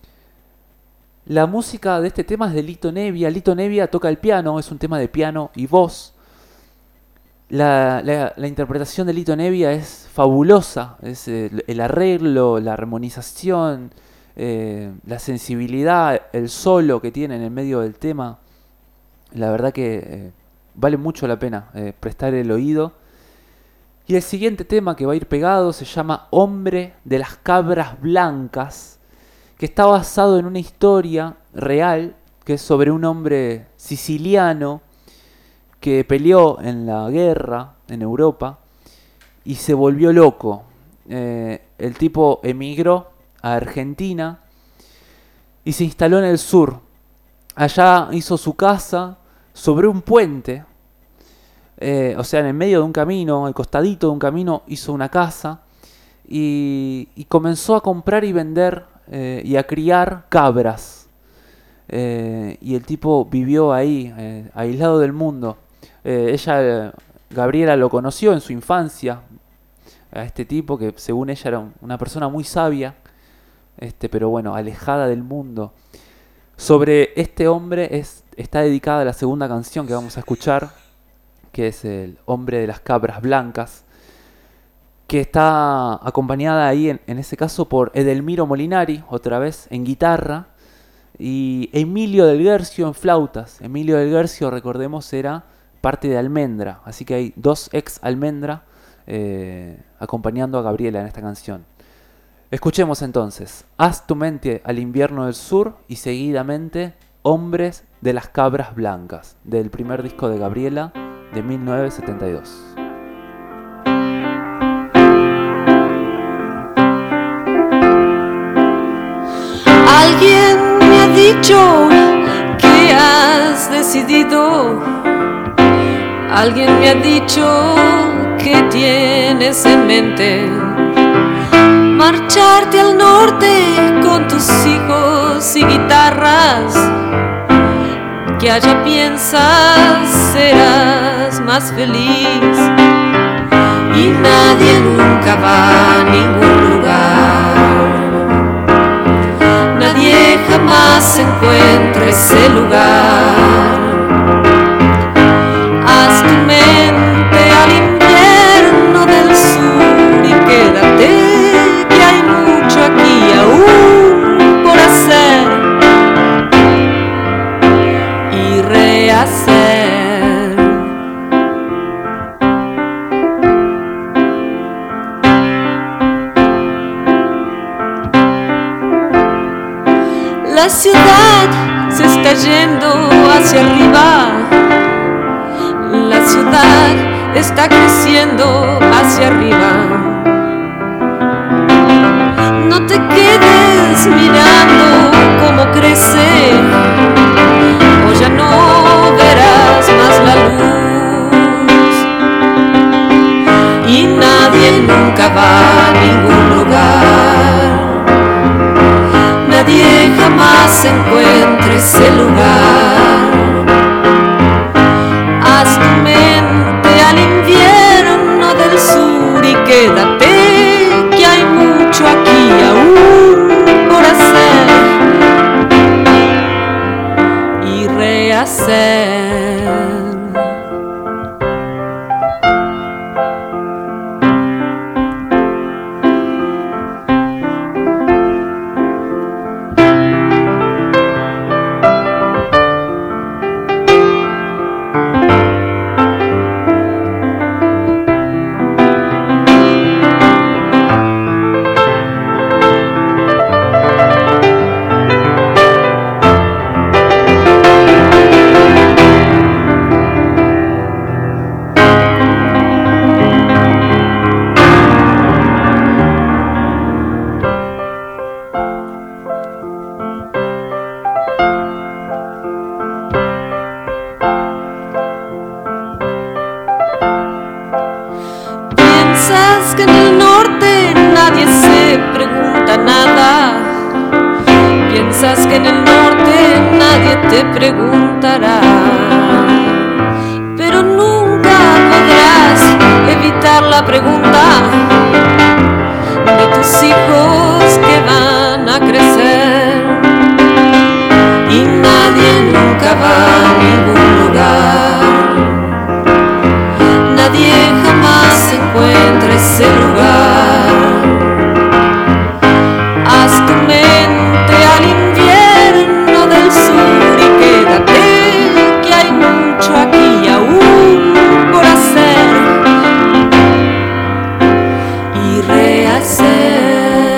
La música de este tema es de Lito Nevia. Lito Nevia toca el piano, es un tema de piano y voz. La, la, la interpretación de Lito Nevia es fabulosa. Es el, el arreglo, la armonización, eh, la sensibilidad, el solo que tiene en el medio del tema. La verdad que eh, vale mucho la pena eh, prestar el oído. Y el siguiente tema que va a ir pegado se llama Hombre de las Cabras Blancas, que está basado en una historia real, que es sobre un hombre siciliano que peleó en la guerra en Europa y se volvió loco. Eh, el tipo emigró a Argentina y se instaló en el sur. Allá hizo su casa sobre un puente, eh, o sea, en el medio de un camino, al costadito de un camino, hizo una casa y, y comenzó a comprar y vender eh, y a criar cabras. Eh, y el tipo vivió ahí, eh, aislado del mundo. Eh, ella, Gabriela, lo conoció en su infancia, a este tipo que según ella era una persona muy sabia, este, pero bueno, alejada del mundo. Sobre este hombre es, está dedicada la segunda canción que vamos a escuchar, que es El Hombre de las Cabras Blancas, que está acompañada ahí en, en ese caso por Edelmiro Molinari, otra vez en guitarra, y Emilio del Guercio en flautas. Emilio del Guercio, recordemos, era parte de Almendra, así que hay dos ex Almendra eh, acompañando a Gabriela en esta canción. Escuchemos entonces Haz tu mente al invierno del sur y seguidamente Hombres de las Cabras Blancas, del primer disco de Gabriela de mil novecientos setenta y dos. Alguien me ha dicho que has decidido, alguien me ha dicho que tienes en mente marcharte al norte con tus hijos y guitarras, que allá piensas serás más feliz y nadie nunca va a ningún lugar, nadie jamás encuentra ese lugar. Haz tu mente al invierno del sur y quédate, que hay mucho aquí aún por hacer y rehacer. ciudad se está yendo hacia arriba. La ciudad está creciendo hacia arriba. No te quedes mirando cómo crece, o ya no verás más la luz. Y nadie nunca va a ningún lugar, nadie jamás encuentra ese lugar. Haz tu mente al invierno del sur y quédate, que hay mucho aquí aún por hacer y rehacer. Que en el norte nadie se pregunta nada. Piensas que en el norte nadie te preguntará, pero nunca podrás evitar la pregunta de tus hijos que van a crecer. Y nadie nunca va a ningún lugar, nadie jamás encuentra ese lugar. Haz tu mente al invierno del sur y quédate, que hay mucho aquí aún por hacer y rehacer.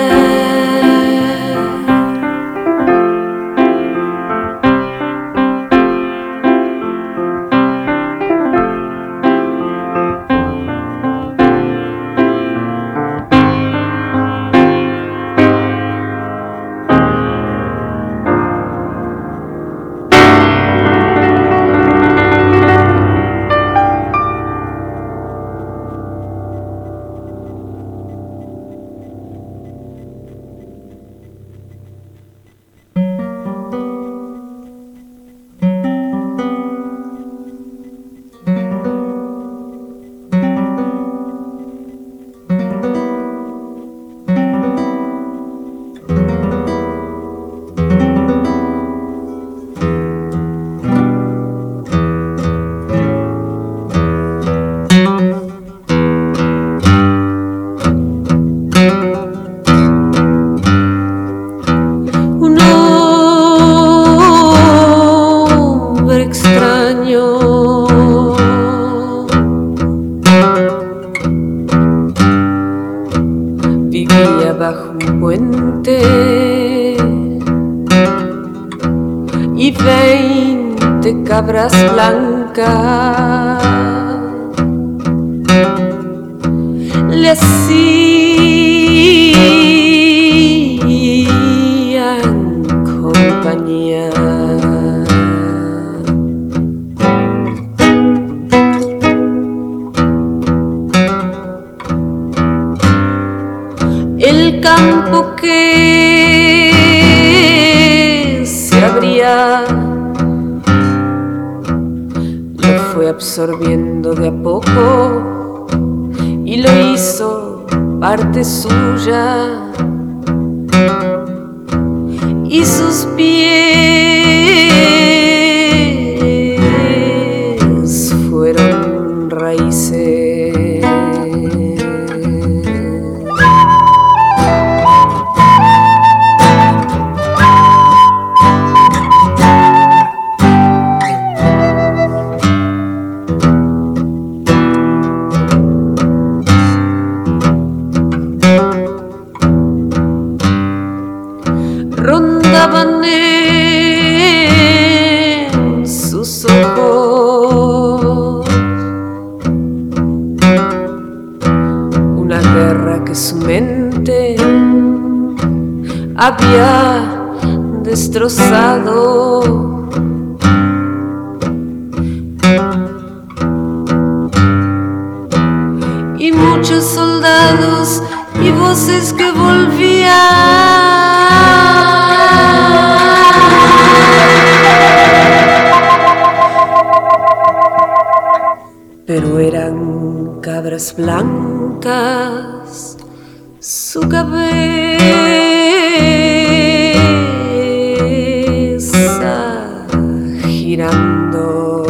Bajo un puente y veinte cabras blancas le hacían compañía. El campo que se abría lo fue absorbiendo de a poco y lo hizo parte suya, y sus pies fueron raíces. Rondaban había destrozado. Y muchos soldados y voces que volvían. Pero eran cabras blancas, su cabeza girando.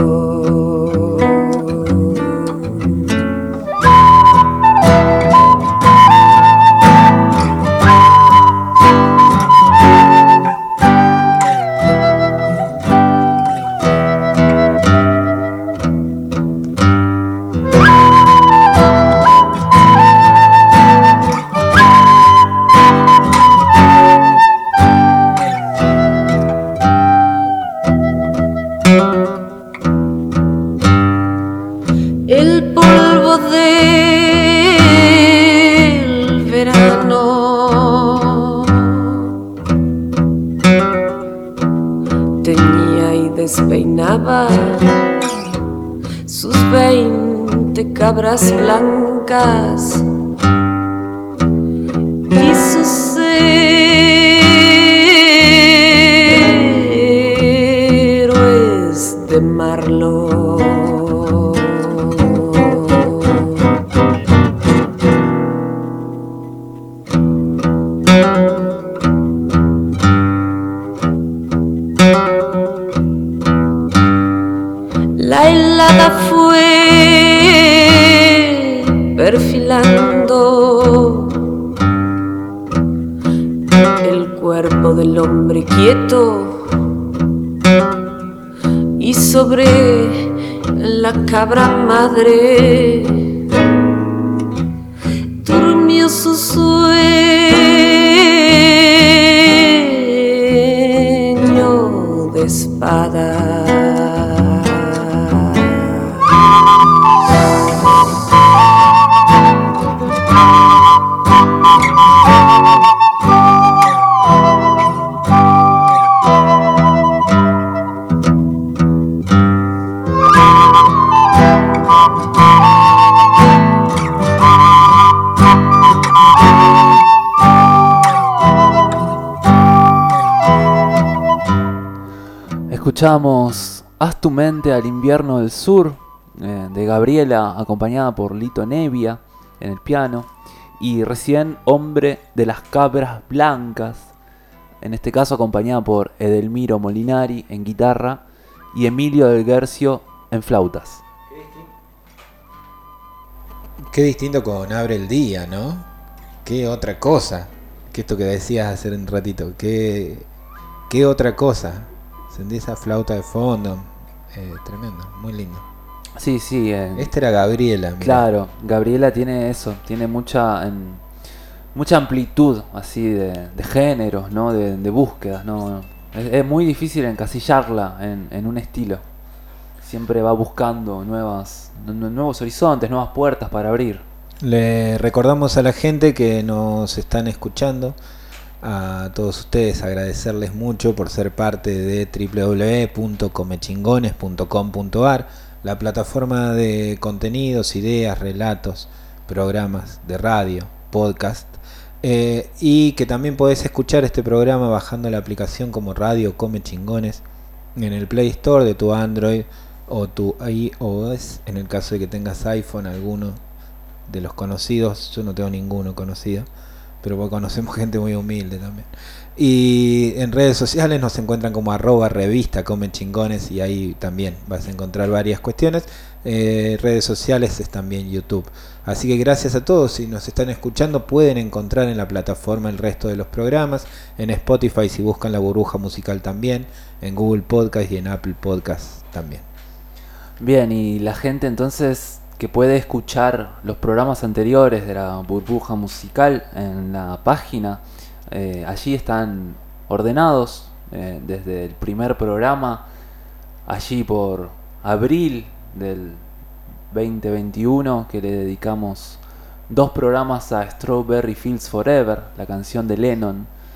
Sus veinte cabras blancas y sus héroes de Marlo. La helada fue perfilando el cuerpo del hombre quieto y sobre la cabra madre durmió su sueño de espada. Escuchamos Haz tu mente al invierno del sur, eh, de Gabriela, acompañada por Lito Nevia en el piano, y recién Hombre de las cabras blancas, en este caso acompañada por Edelmiro Molinari en guitarra y Emilio del Guercio en flautas. Qué distinto con Abre el Día, ¿no? Qué otra cosa que esto que decías hace un ratito. Qué, qué otra cosa. Sentí esa flauta de fondo, eh, tremendo, muy lindo. Sí, sí. Eh, Esta era Gabriela. Mirá. Claro, Gabriela tiene eso, tiene mucha en, mucha amplitud así de, de géneros, ¿no? De, de búsquedas, ¿no? Es, es muy difícil encasillarla en, en un estilo. Siempre va buscando nuevas, nuevos horizontes, nuevas puertas para abrir. Le recordamos a la gente que nos están escuchando, a todos ustedes, agradecerles mucho por ser parte de doble u doble u doble u punto comechingones punto com punto a r, la plataforma de contenidos, ideas, relatos, programas de radio, podcast, eh, y que también podés escuchar este programa bajando la aplicación como Radio Come Chingones en el Play Store de tu Android o tu iOS, en el caso de que tengas iPhone, alguno de los conocidos. Yo no tengo ninguno conocido, pero porque conocemos gente muy humilde también. Y en redes sociales nos encuentran como arroba revista Come Chingones, y ahí también vas a encontrar varias cuestiones. Eh, redes sociales es también YouTube. Así que gracias a todos. Si nos están escuchando, pueden encontrar en la plataforma el resto de los programas, en Spotify si buscan La Burbuja Musical también, en Google Podcast y en Apple Podcast también. Bien, y la gente entonces que puede escuchar los programas anteriores de La Burbuja Musical en la página, eh, allí están ordenados, eh, desde el primer programa, allí por abril del veinte veintiuno, que le dedicamos dos programas a Strawberry Fields Forever, la canción de Lennon,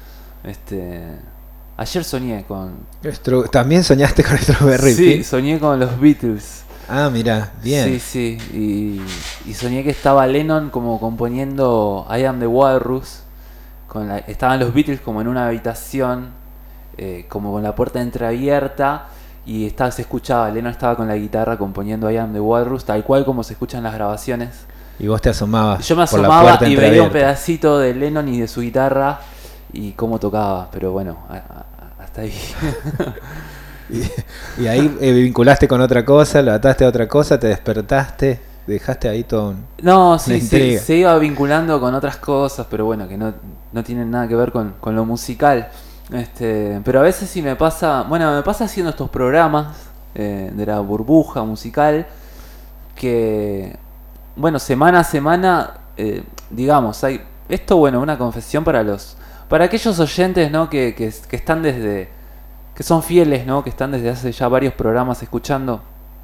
Este, ayer soñé con... Stro- ¿También soñaste con Strawberry Sí, Fields? soñé con los Beatles. Ah, mira, bien. Sí, sí, y, y soñé que estaba Lennon como componiendo I Am the Walrus. Con la, estaban los Beatles como en una habitación, eh, como con la puerta entreabierta, y estaba, se escuchaba, Lennon estaba con la guitarra componiendo I Am the Walrus, tal cual como se escuchan las grabaciones. Y vos te asomabas. Yo me por la asomaba puerta y veía un entreabierta. pedacito de Lennon y de su guitarra y cómo tocaba, pero bueno, a, a, hasta ahí. Y, y ahí eh, vinculaste con otra cosa, lo ataste a otra cosa, te despertaste, dejaste ahí todo un... No, sí, Una sí, intriga. se iba vinculando con otras cosas, pero bueno, que no, no tienen nada que ver con, con lo musical. Este, pero a veces sí me pasa, bueno, me pasa haciendo estos programas eh, de la burbuja musical, que, bueno, semana a semana, eh, digamos, hay esto, bueno, una confesión para los, para aquellos oyentes, ¿no? que, que, que están desde, que son fieles, ¿no? Que están desde hace ya varios programas escuchando.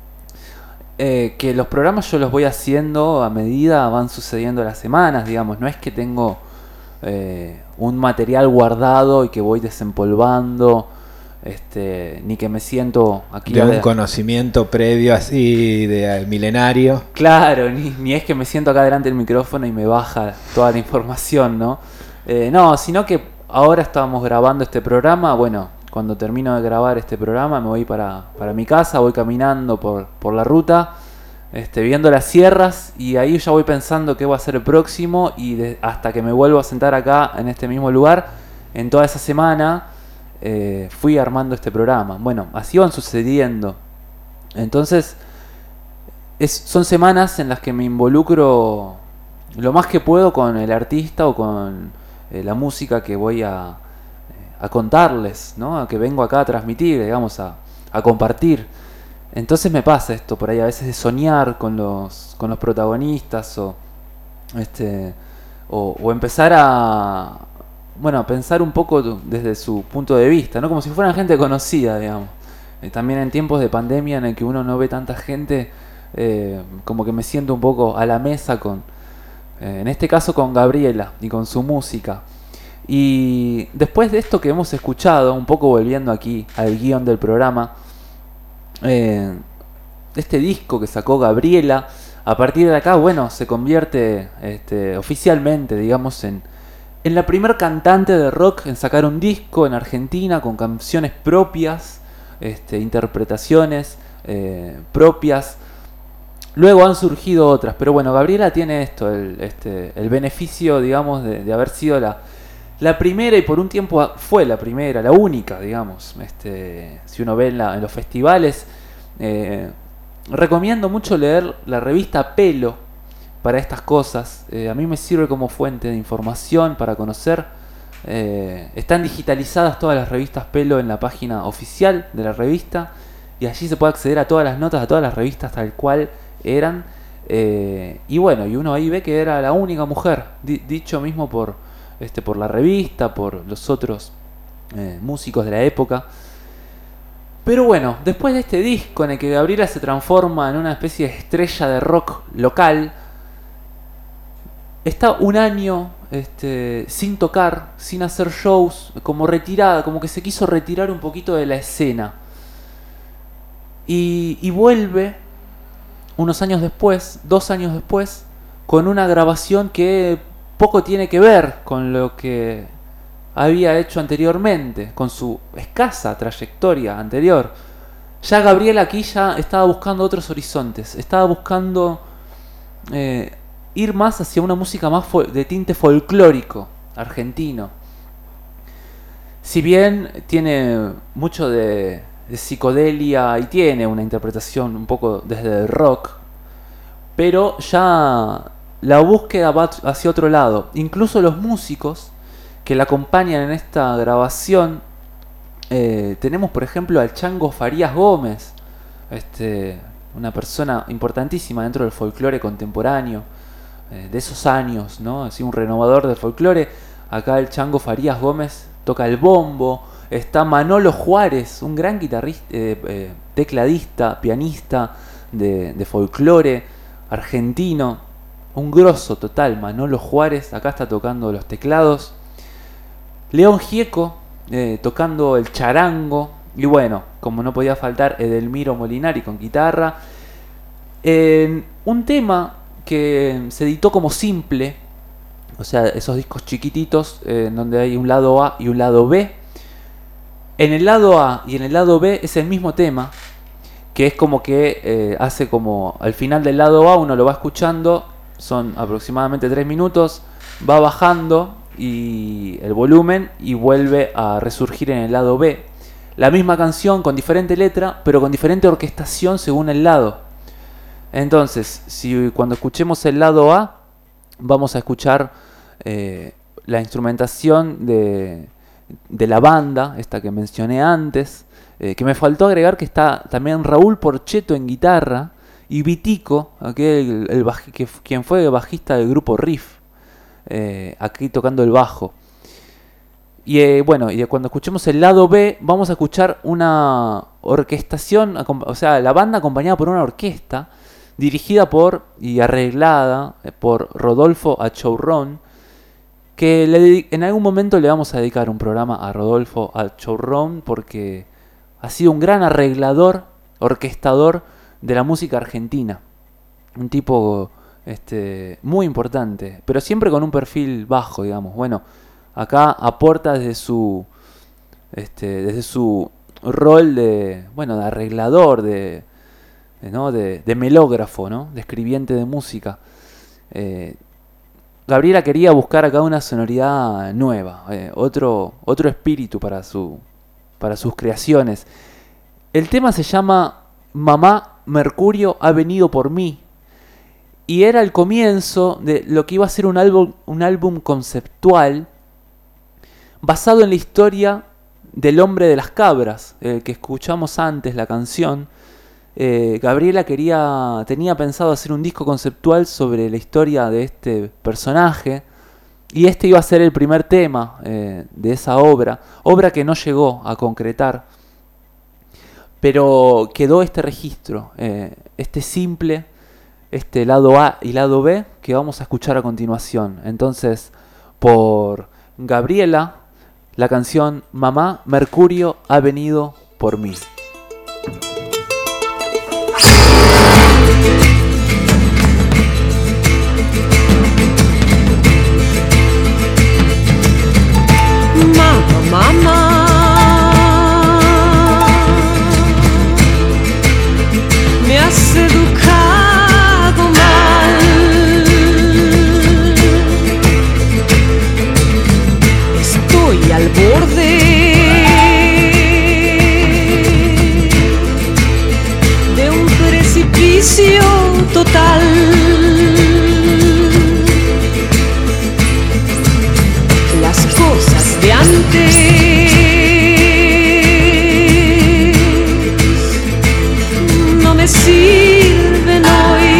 Eh, que los programas yo los voy haciendo a medida van sucediendo las semanas, digamos, no es que tengo eh, un material guardado y que voy desempolvando, este, ni que me siento aquí De a un ver- conocimiento previo así, de eh, milenario. Claro, ni, ni es que me siento acá delante del micrófono y me baja toda la información, ¿no? Eh, no, sino que ahora estábamos grabando este programa, bueno, cuando termino de grabar este programa me voy para, para mi casa, voy caminando por, por la ruta, este, viendo las sierras, y ahí ya voy pensando qué va a ser el próximo, y de- hasta que me vuelvo a sentar acá en este mismo lugar, en toda esa semana eh, fui armando este programa. Bueno, así van sucediendo. Entonces, es, son semanas en las que me involucro lo más que puedo con el artista o con eh, la música que voy a, a contarles, ¿no? A que vengo acá a transmitir, digamos, a, a compartir. Entonces me pasa esto por ahí a veces de soñar con los, con los protagonistas o, este, o, o empezar a, bueno, a pensar un poco desde su punto de vista, ¿no? Como si fueran gente conocida, digamos. Eh, también en tiempos de pandemia en el que uno no ve tanta gente, eh, como que me siento un poco a la mesa con, eh, en este caso con Gabriela y con su música. Y después de esto que hemos escuchado, un poco volviendo aquí al guión del programa, eh, este disco que sacó Gabriela, a partir de acá, bueno, se convierte este, oficialmente, digamos, en, en la primer cantante de rock en sacar un disco en Argentina con canciones propias, este, interpretaciones eh, propias. Luego han surgido otras, pero bueno, Gabriela tiene esto, el, este, el beneficio, digamos, de, de haber sido la, la primera, y por un tiempo fue la primera, la única, digamos. Este, si uno ve en, la, en los festivales, eh, recomiendo mucho leer la revista Pelo para estas cosas. Eh, a mí me sirve como fuente de información para conocer. Eh, están digitalizadas todas las revistas Pelo en la página oficial de la revista, y allí se puede acceder a todas las notas, a todas las revistas tal cual eran. Eh, y bueno, y uno ahí ve que era la única mujer, di- dicho mismo por, este, por la revista, por los otros eh, músicos de la época. Pero bueno, después de este disco en el que Gabriela se transforma en una especie de estrella de rock local, está un año este, sin tocar, sin hacer shows, como retirada, como que se quiso retirar un poquito de la escena. Y, y vuelve unos años después, dos años después, con una grabación que poco tiene que ver con lo que había hecho anteriormente, con su escasa trayectoria anterior. Ya Gabriela aquí ya estaba buscando otros horizontes, estaba buscando eh, ir más hacia una música más fol- de tinte folclórico argentino. Si bien tiene mucho de, de psicodelia y tiene una interpretación un poco desde el rock, pero ya la búsqueda va hacia otro lado. Incluso los músicos que la acompañan en esta grabación, eh, tenemos por ejemplo al Chango Farías Gómez, este, una persona importantísima dentro del folclore contemporáneo, eh, de esos años, ¿no? Así un renovador del folclore. Acá el Chango Farías Gómez toca el bombo. Está Manolo Juárez, un gran guitarrista, eh, eh, tecladista, pianista de, de folclore argentino, un grosso total. Manolo Juárez acá está tocando los teclados. León Gieco eh, tocando el charango. Y bueno, como no podía faltar, Edelmiro Molinari con guitarra. En un tema que se editó como simple, o sea, esos discos chiquititos eh, en donde hay un lado A y un lado B. En el lado A y en el lado B es el mismo tema, que es como que eh, hace como al final del lado A uno lo va escuchando, son aproximadamente tres minutos, va bajando y el volumen y vuelve a resurgir en el lado B. La misma canción con diferente letra, pero con diferente orquestación según el lado. Entonces, si cuando escuchemos el lado A, vamos a escuchar eh, la instrumentación de, de la banda, esta que mencioné antes, eh, que me faltó agregar que está también Raúl Porcheto en guitarra y Vitico, aquel, el, el baji, que, quien fue bajista del grupo Riff, eh, aquí tocando el bajo. Y eh, bueno, y cuando escuchemos el lado B, vamos a escuchar una orquestación, o sea, la banda acompañada por una orquesta, dirigida por y arreglada por Rodolfo Achourrón, que le, en algún momento le vamos a dedicar un programa a Rodolfo Achourrón porque ha sido un gran arreglador, orquestador de la música argentina. Un tipo este, muy importante, pero siempre con un perfil bajo, digamos. Bueno, acá aporta desde su, este, desde su rol de, bueno, de arreglador, de ¿no? de, de melógrafo, ¿no? De escribiente de música. Eh, Gabriela quería buscar acá una sonoridad nueva, eh, otro, otro espíritu para, su, para sus creaciones. El tema se llama Mamá, Mercurio ha venido por mí. Y era el comienzo de lo que iba a ser un álbum, un álbum conceptual basado en la historia del hombre de las cabras, el que escuchamos antes, la canción. Eh, Gabriela quería, tenía pensado hacer un disco conceptual sobre la historia de este personaje y este iba a ser el primer tema eh, de esa obra, obra que no llegó a concretar, pero quedó este registro, eh, este simple, este lado A y lado B que vamos a escuchar a continuación. Entonces, por Gabriela, la canción Mamá, Mercurio ha venido por mí. Mamá, mamá, me has educado mal. Estoy al borde de un precipicio total. Las cosas de antes no me sirven hoy.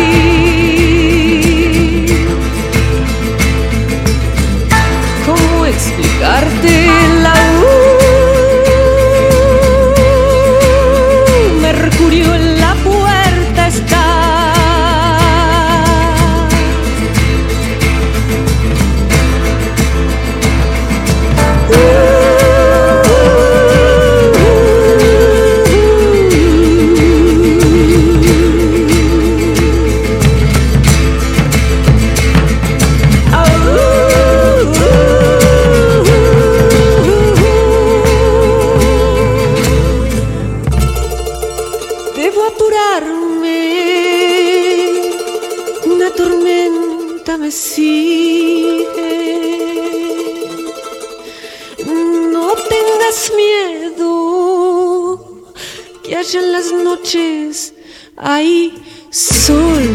¿Cómo explicarte la uh, Mercurio en la puerta está? Debo apurarme, una tormenta me sigue. No tengas miedo, que allá en las noches hay sol.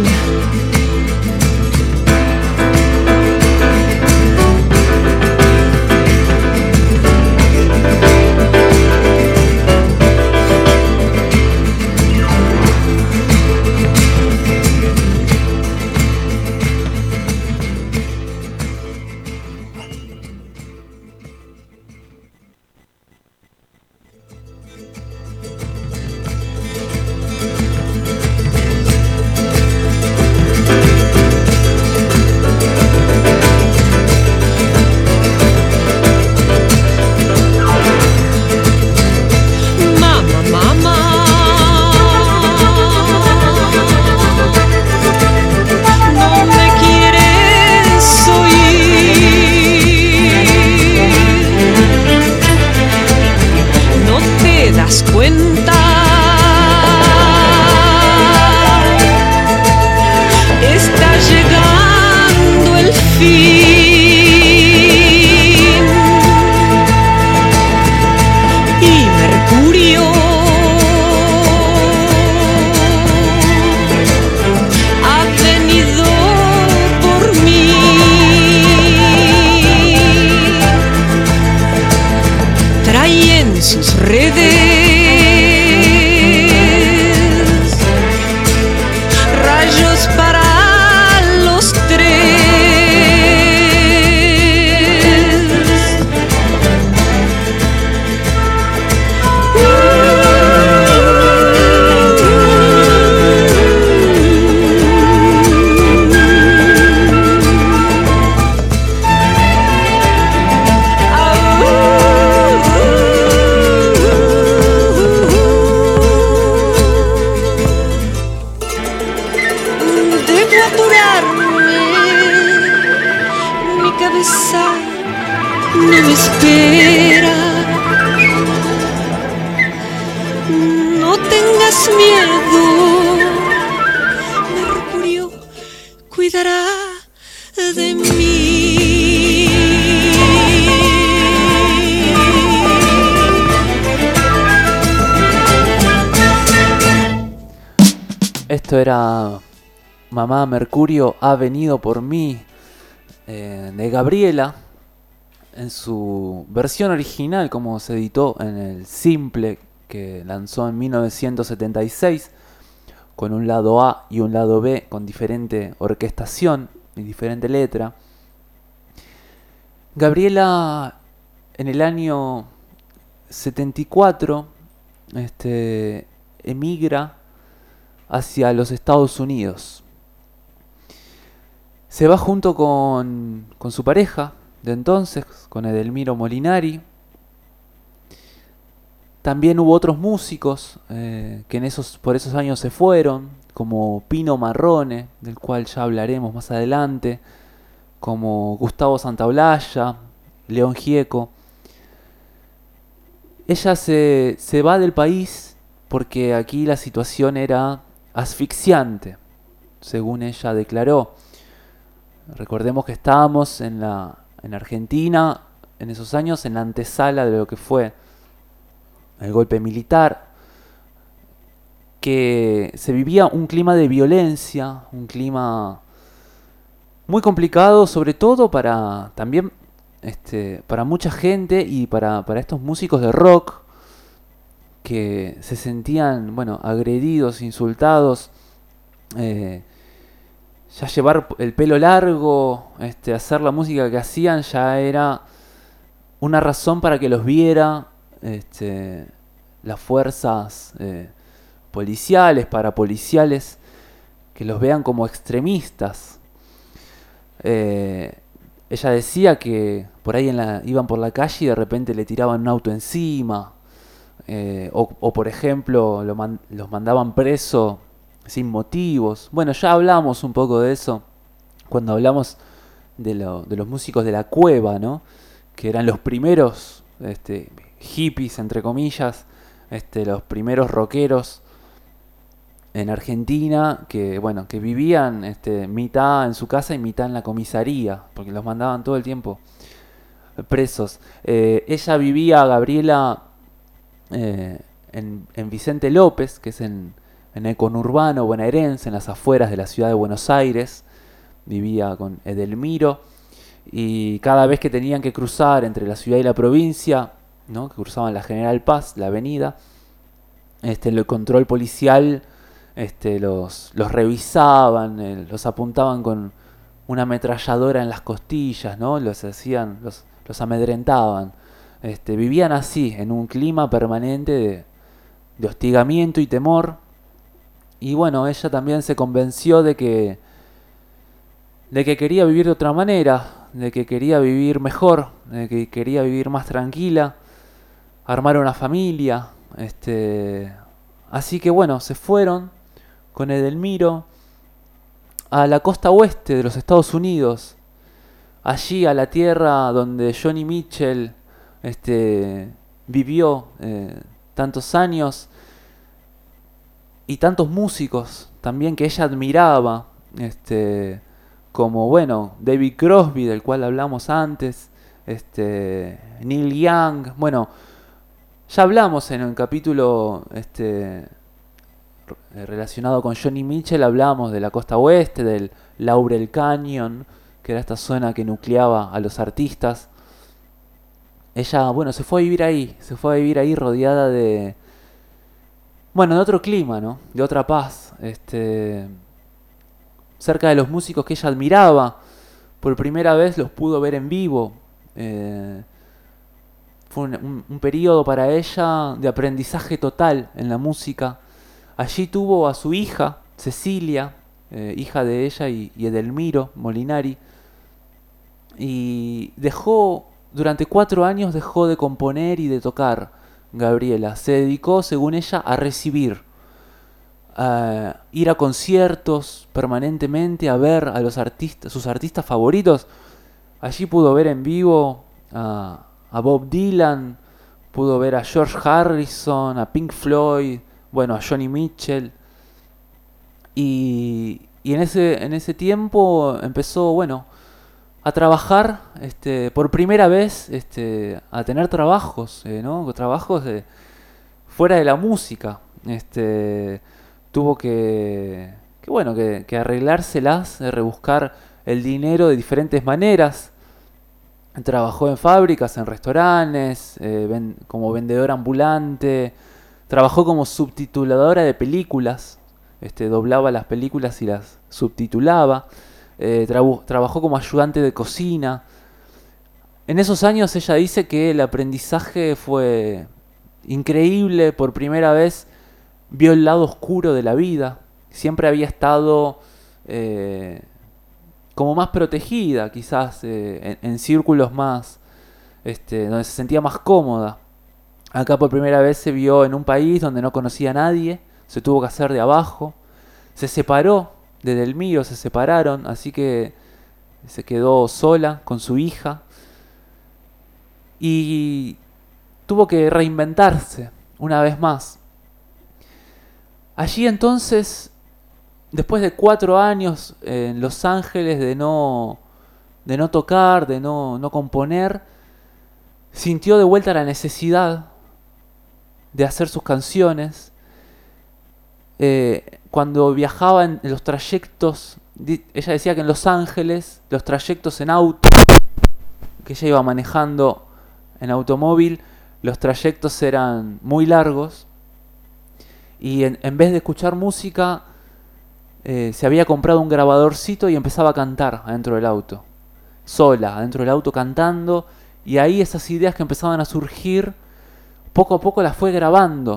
tengas miedo, Mercurio cuidará de mí. Esto era Mamá Mercurio ha venido por mí, eh, de Gabriela, en su versión original, como se editó en el simple que lanzó en mil novecientos setenta y seis, con un lado A y un lado B con diferente orquestación y diferente letra. Gabriela en el año setenta y cuatro este, emigra hacia los Estados Unidos. Se va junto con, con su pareja de entonces, con Edelmiro Molinari. También hubo otros músicos eh, que en esos, por esos años se fueron, como Pino Marrone, del cual ya hablaremos más adelante, como Gustavo Santaolalla, León Gieco. Ella se, se va del país porque aquí la situación era asfixiante, según ella declaró. Recordemos que estábamos en, la, en Argentina, en esos años, en la antesala de lo que fue el golpe militar, que se vivía un clima de violencia, un clima muy complicado, sobre todo para también este, para mucha gente y para, para estos músicos de rock que se sentían, bueno, agredidos, insultados. Eh, ya llevar el pelo largo, este, hacer la música que hacían ya era una razón para que los viera este, las fuerzas eh, policiales, parapoliciales, que los vean como extremistas. Eh, ella decía que por ahí en la, iban por la calle y de repente le tiraban un auto encima, eh, o, o por ejemplo lo man, los mandaban preso sin motivos. Bueno, ya hablamos un poco de eso cuando hablamos de, lo, de los músicos de la cueva, ¿no? Que eran los primeros este, hippies, entre comillas, este, los primeros rockeros en Argentina, que bueno, que vivían este, mitad en su casa y mitad en la comisaría, porque los mandaban todo el tiempo presos. Eh, ella vivía, Gabriela, eh, en, en Vicente López, que es en, en el conurbano bonaerense, en las afueras de la ciudad de Buenos Aires. Vivía con Edelmiro, y cada vez que tenían que cruzar entre la ciudad y la provincia, ¿no? Que cruzaban la General Paz, la avenida, este, el control policial este, los, los revisaban, eh, los apuntaban con una ametralladora en las costillas, ¿no? Los hacían, los, los amedrentaban. Este, vivían así, en un clima permanente de, de hostigamiento y temor. Y bueno, ella también se convenció de que de que quería vivir de otra manera, de que quería vivir mejor, de que quería vivir más tranquila, armar una familia. Este, así que bueno, se fueron con Edelmiro a la costa oeste de los Estados Unidos, allí a la tierra donde Johnny Mitchell este, vivió eh, tantos años, y tantos músicos también que ella admiraba, este, como bueno, David Crosby, del cual hablamos antes, este, Neil Young. Bueno, ya hablamos en un capítulo este, relacionado con Johnny Mitchell, hablamos de la costa oeste, del Laurel Canyon, que era esta zona que nucleaba a los artistas. Ella, bueno, se fue a vivir ahí, se fue a vivir ahí rodeada de, bueno, de otro clima, ¿no? De otra paz, este, cerca de los músicos que ella admiraba. Por primera vez los pudo ver en vivo. Eh, fue un, un, un periodo para ella de aprendizaje total en la música. Allí tuvo a su hija, Cecilia, eh, hija de ella y, y Edelmiro Molinari. Y dejó, durante cuatro años dejó de componer y de tocar Gabriela. Se dedicó, según ella, a recibir. Uh, ir a conciertos permanentemente, a ver a los artistas, sus artistas favoritos. Allí pudo ver en vivo a, a Bob Dylan, pudo ver a George Harrison, a Pink Floyd, bueno, a Joni Mitchell. Y, y en, ese, en ese tiempo empezó, bueno, a trabajar, este, por primera vez, este, a tener trabajos, eh, ¿no? Trabajos de, fuera de la música. Este, tuvo que, que bueno, que, que arreglárselas, de rebuscar el dinero de diferentes maneras. Trabajó en fábricas, en restaurantes, eh, ven, como vendedora ambulante. Trabajó como subtituladora de películas. Este, doblaba las películas y las subtitulaba. Eh, tra- trabajó como ayudante de cocina. En esos años ella dice que el aprendizaje fue increíble. Por primera vez vio el lado oscuro de la vida. Siempre había estado eh, como más protegida, quizás eh, en, en círculos más, este, donde se sentía más cómoda. Acá por primera vez se vio en un país donde no conocía a nadie. Se tuvo que hacer de abajo. Se separó de Delmiro, se separaron, así que se quedó sola con su hija. Y tuvo que reinventarse una vez más. Allí entonces, después de cuatro años en Los Ángeles de no, de no tocar, de no, no componer, sintió de vuelta la necesidad de hacer sus canciones. Eh, cuando viajaba en los trayectos, ella decía que en Los Ángeles, los trayectos en auto, que ella iba manejando en automóvil, los trayectos eran muy largos. Y en, en vez de escuchar música, eh, se había comprado un grabadorcito y empezaba a cantar adentro del auto. Sola, adentro del auto cantando. Y ahí esas ideas que empezaban a surgir, poco a poco las fue grabando.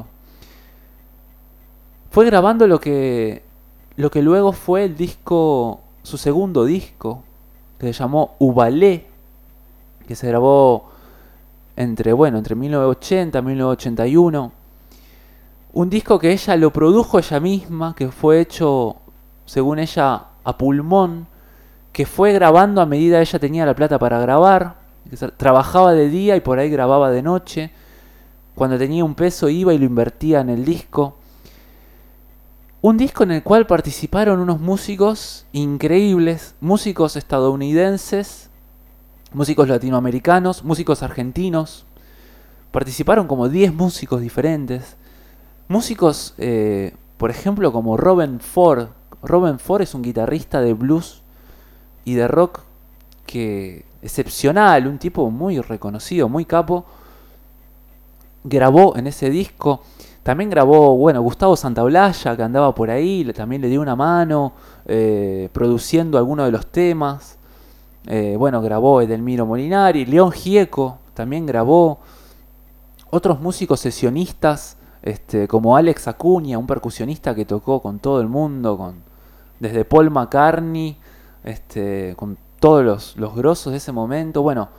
Fue grabando lo que, lo que luego fue el disco, su segundo disco, que se llamó Ubalé, que se grabó entre, bueno, entre mil novecientos ochenta y mil novecientos ochenta y uno. Un disco que ella lo produjo ella misma, que fue hecho, según ella, a pulmón, que fue grabando a medida que ella tenía la plata para grabar. Trabajaba de día y por ahí grababa de noche. Cuando tenía un peso iba y lo invertía en el disco. Un disco en el cual participaron unos músicos increíbles, músicos estadounidenses, músicos latinoamericanos, músicos argentinos. Participaron como diez músicos diferentes. Músicos, eh, por ejemplo, como Robben Ford. Robben Ford es un guitarrista de blues y de rock que excepcional, un tipo muy reconocido, muy capo. Grabó en ese disco. También grabó, bueno, Gustavo Santaolalla, que andaba por ahí, también le dio una mano, eh, produciendo algunos de los temas. Eh, bueno, grabó Edelmiro Molinari, León Gieco también grabó. Otros músicos sesionistas, este, como Alex Acuña, un percusionista que tocó con todo el mundo, con desde Paul McCartney, este, con todos los, los grosos de ese momento. Bueno,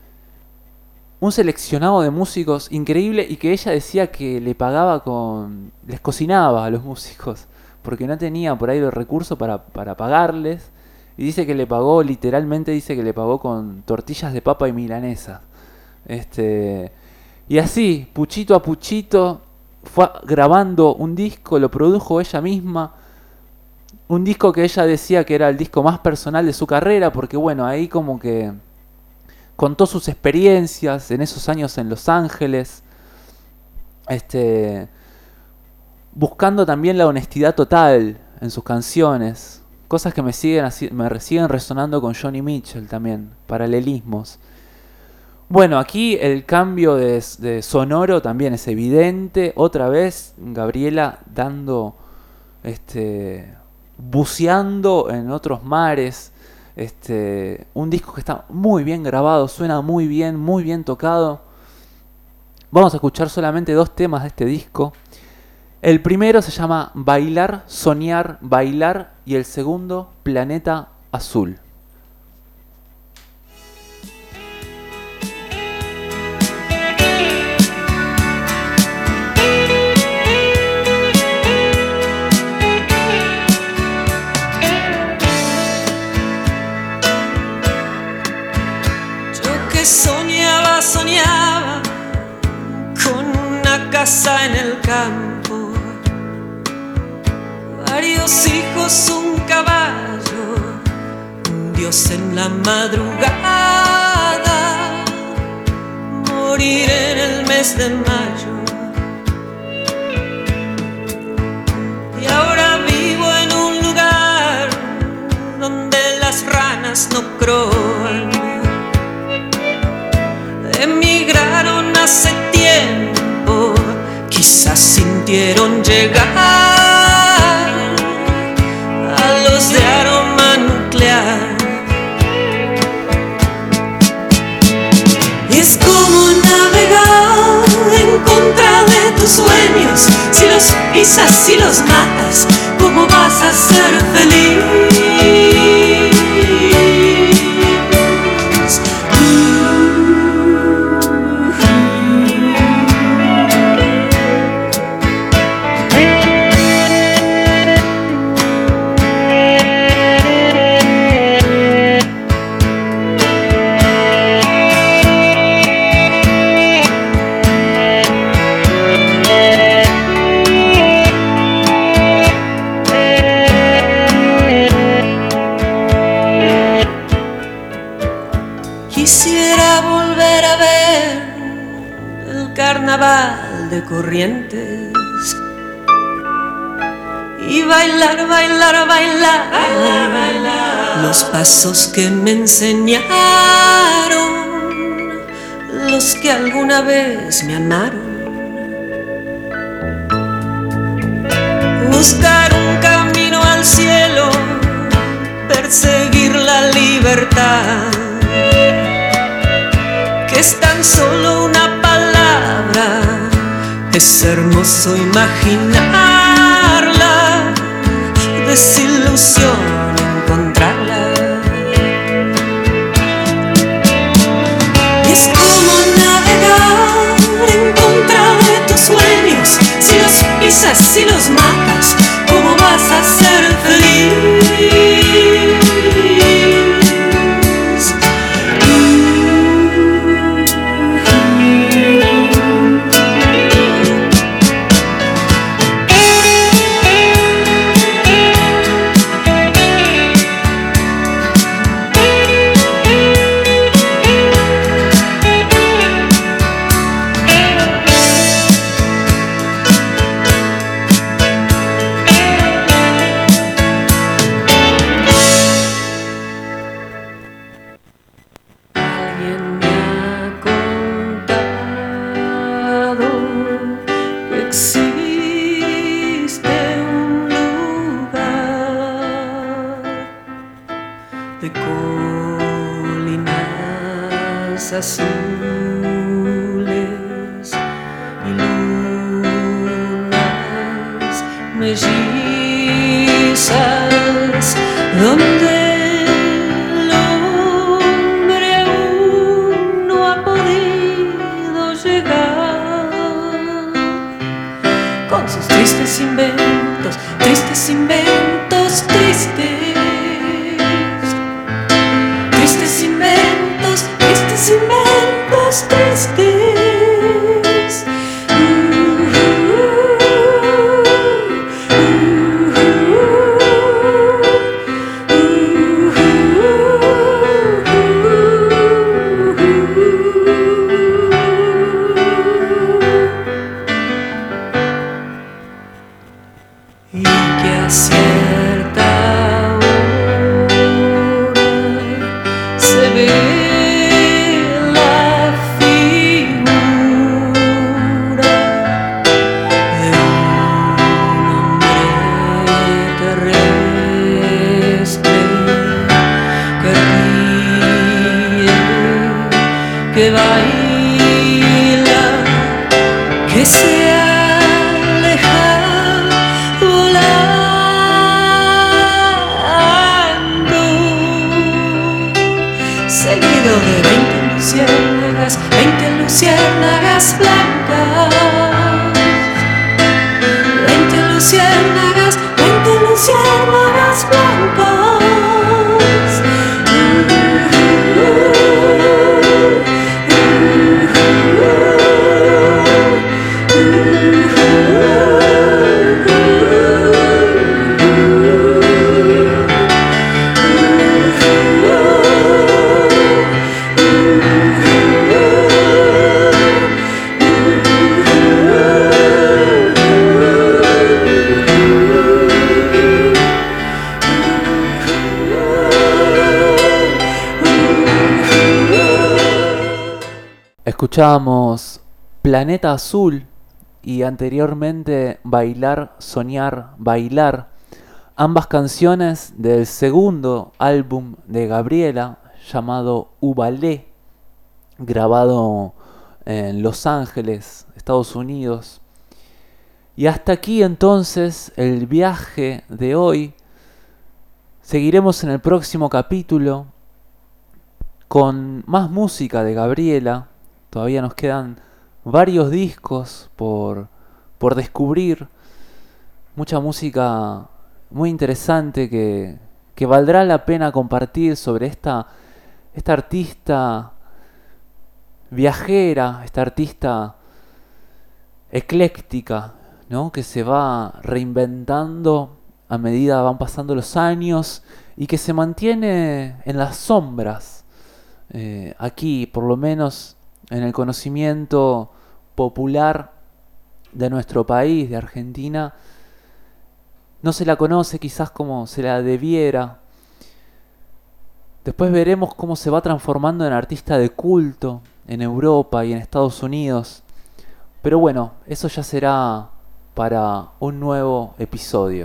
un seleccionado de músicos increíble, y que ella decía que le pagaba con... les cocinaba a los músicos, porque no tenía por ahí los recursos para, para pagarles. Y dice que le pagó, literalmente dice que le pagó con tortillas de papa y milanesa. Este, y así, puchito a puchito, fue grabando un disco, lo produjo ella misma. Un disco que ella decía que era el disco más personal de su carrera, porque bueno, ahí como que contó sus experiencias en esos años en Los Ángeles, este, buscando también la honestidad total en sus canciones, cosas que me siguen, me siguen resonando con Joni Mitchell también, paralelismos. Bueno, aquí el cambio de, de sonoro también es evidente. Otra vez Gabriela dando, este, buceando en otros mares. Este, un disco que está muy bien grabado, suena muy bien, muy bien tocado. Vamos a escuchar solamente dos temas de este disco. El primero se llama Bailar, Soñar, Bailar, y el segundo, Planeta Azul. Soñaba, soñaba con una casa en el campo, dos hijos, un caballo, un Dios en la madrugada, morir en el mes de mayo. Y ahora vivo en un lugar donde las ranas no croan. Emigraron hace tiempo, quizás sintieron llegar a los de aroma nuclear. Y es como navegar en contra de tus sueños. Si los pisas, si los matas, ¿cómo vas a ser feliz? De Corrientes y bailar, bailar, bailar, bailar, bailar los pasos que me enseñaron los que alguna vez me amaron. Buscar un camino al cielo, perseguir la libertad, que es tan solo una palabra. Es hermoso imaginarla, desilusión encontrarla. Y es como navegar en contra de tus sueños. Si los pisas, si los matas, ¿cómo vas a ser feliz? Azules y lunas mellizas, donde el hombre aún no ha podido llegar, con sus tristes inventos, tristes inventos, tristes, tristes inventos, tristes inventos, tristes. Y que a cierta hora se ve que baila, que se aleja volando, seguido de veinte luciérnagas, veinte luciérnagas blancas, veinte luciérnagas, veinte luciérnagas blancas. Ooh. Escuchábamos Planeta Azul y anteriormente Bailar, Soñar, Bailar, ambas canciones del segundo álbum de Gabriela llamado Ubalé, grabado en Los Ángeles, Estados Unidos. Y hasta aquí entonces el viaje de hoy. Seguiremos en el próximo capítulo con más música de Gabriela. Todavía nos quedan varios discos por, por descubrir. Mucha música muy interesante que, que valdrá la pena compartir sobre esta, esta artista viajera, esta artista ecléctica, ¿no? Que se va reinventando a medida van pasando los años y que se mantiene en las sombras. Eh, aquí, por lo menos en el conocimiento popular de nuestro país, de Argentina, no se la conoce quizás como se la debiera. Después veremos cómo se va transformando en artista de culto en Europa y en Estados Unidos. Pero bueno, eso ya será para un nuevo episodio.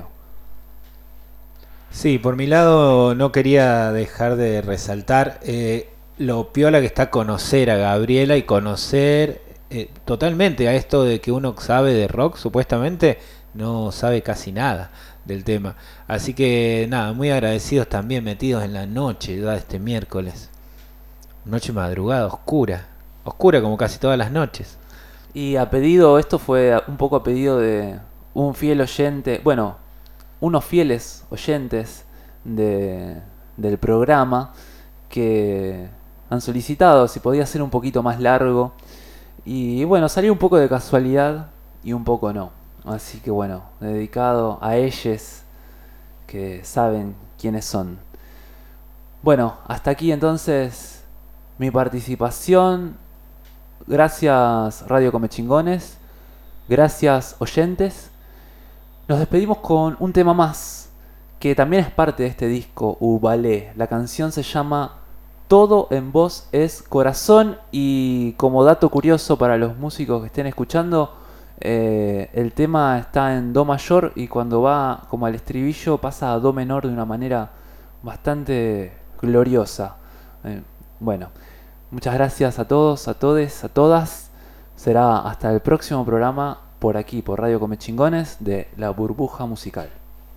Sí, por mi lado no quería dejar de resaltar eh, lo piola que está conocer a Gabriela y conocer eh, totalmente a esto de que uno sabe de rock, supuestamente no sabe casi nada del tema. Así que nada, muy agradecidos también, metidos en la noche ya de este miércoles. Noche madrugada, oscura, oscura como casi todas las noches. Y a pedido, esto fue un poco a pedido de un fiel oyente, bueno, unos fieles oyentes de, del programa que han solicitado si podía ser un poquito más largo. Y bueno, salió un poco de casualidad y un poco no. Así que bueno, dedicado a ellos que saben quiénes son. Bueno, hasta aquí entonces mi participación. Gracias Radio Comechingones. Gracias oyentes. Nos despedimos con un tema más que también es parte de este disco, Ubalé. La canción se llama Todo en Vos es Corazón. Y como dato curioso para los músicos que estén escuchando, eh, el tema está en Do mayor y cuando va como al estribillo pasa a Do menor de una manera bastante gloriosa. Eh, bueno, muchas gracias a todos, a todes, a todas. Será hasta el próximo programa por aquí, por Radio Comechingones de La Burbuja Musical.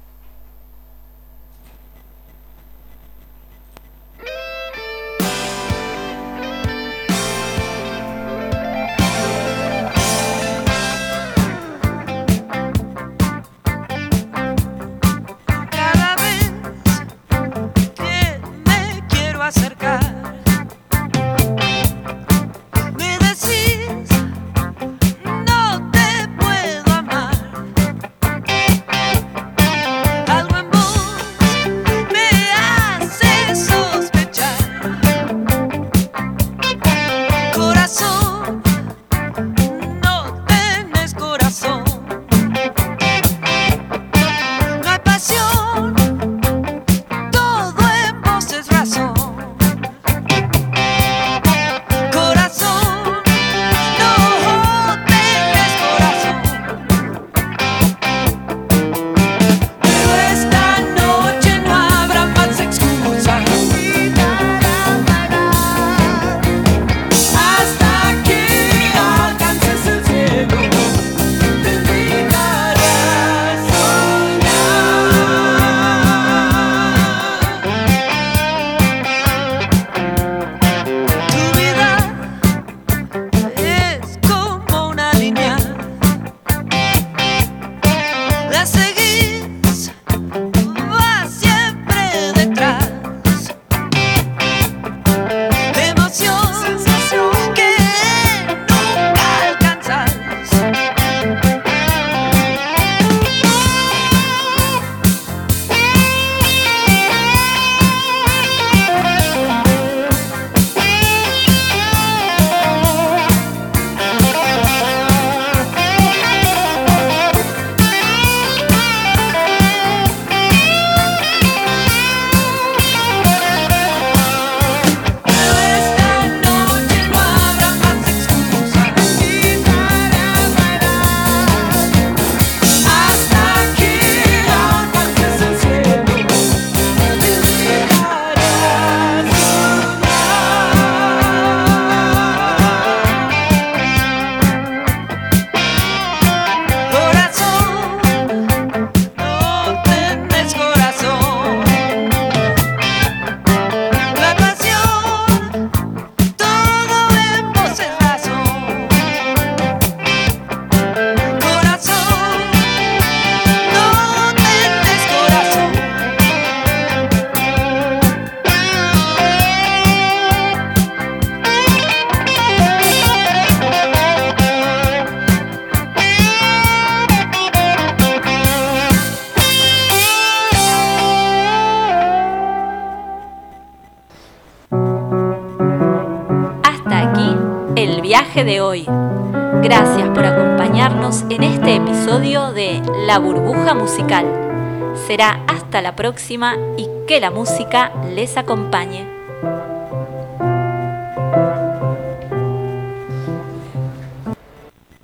Cada vez que me quiero acercar, me decís no te puedo amar. el viaje de hoy. Gracias por acompañarnos en este episodio de La Burbuja Musical. Será hasta la próxima y que la música les acompañe.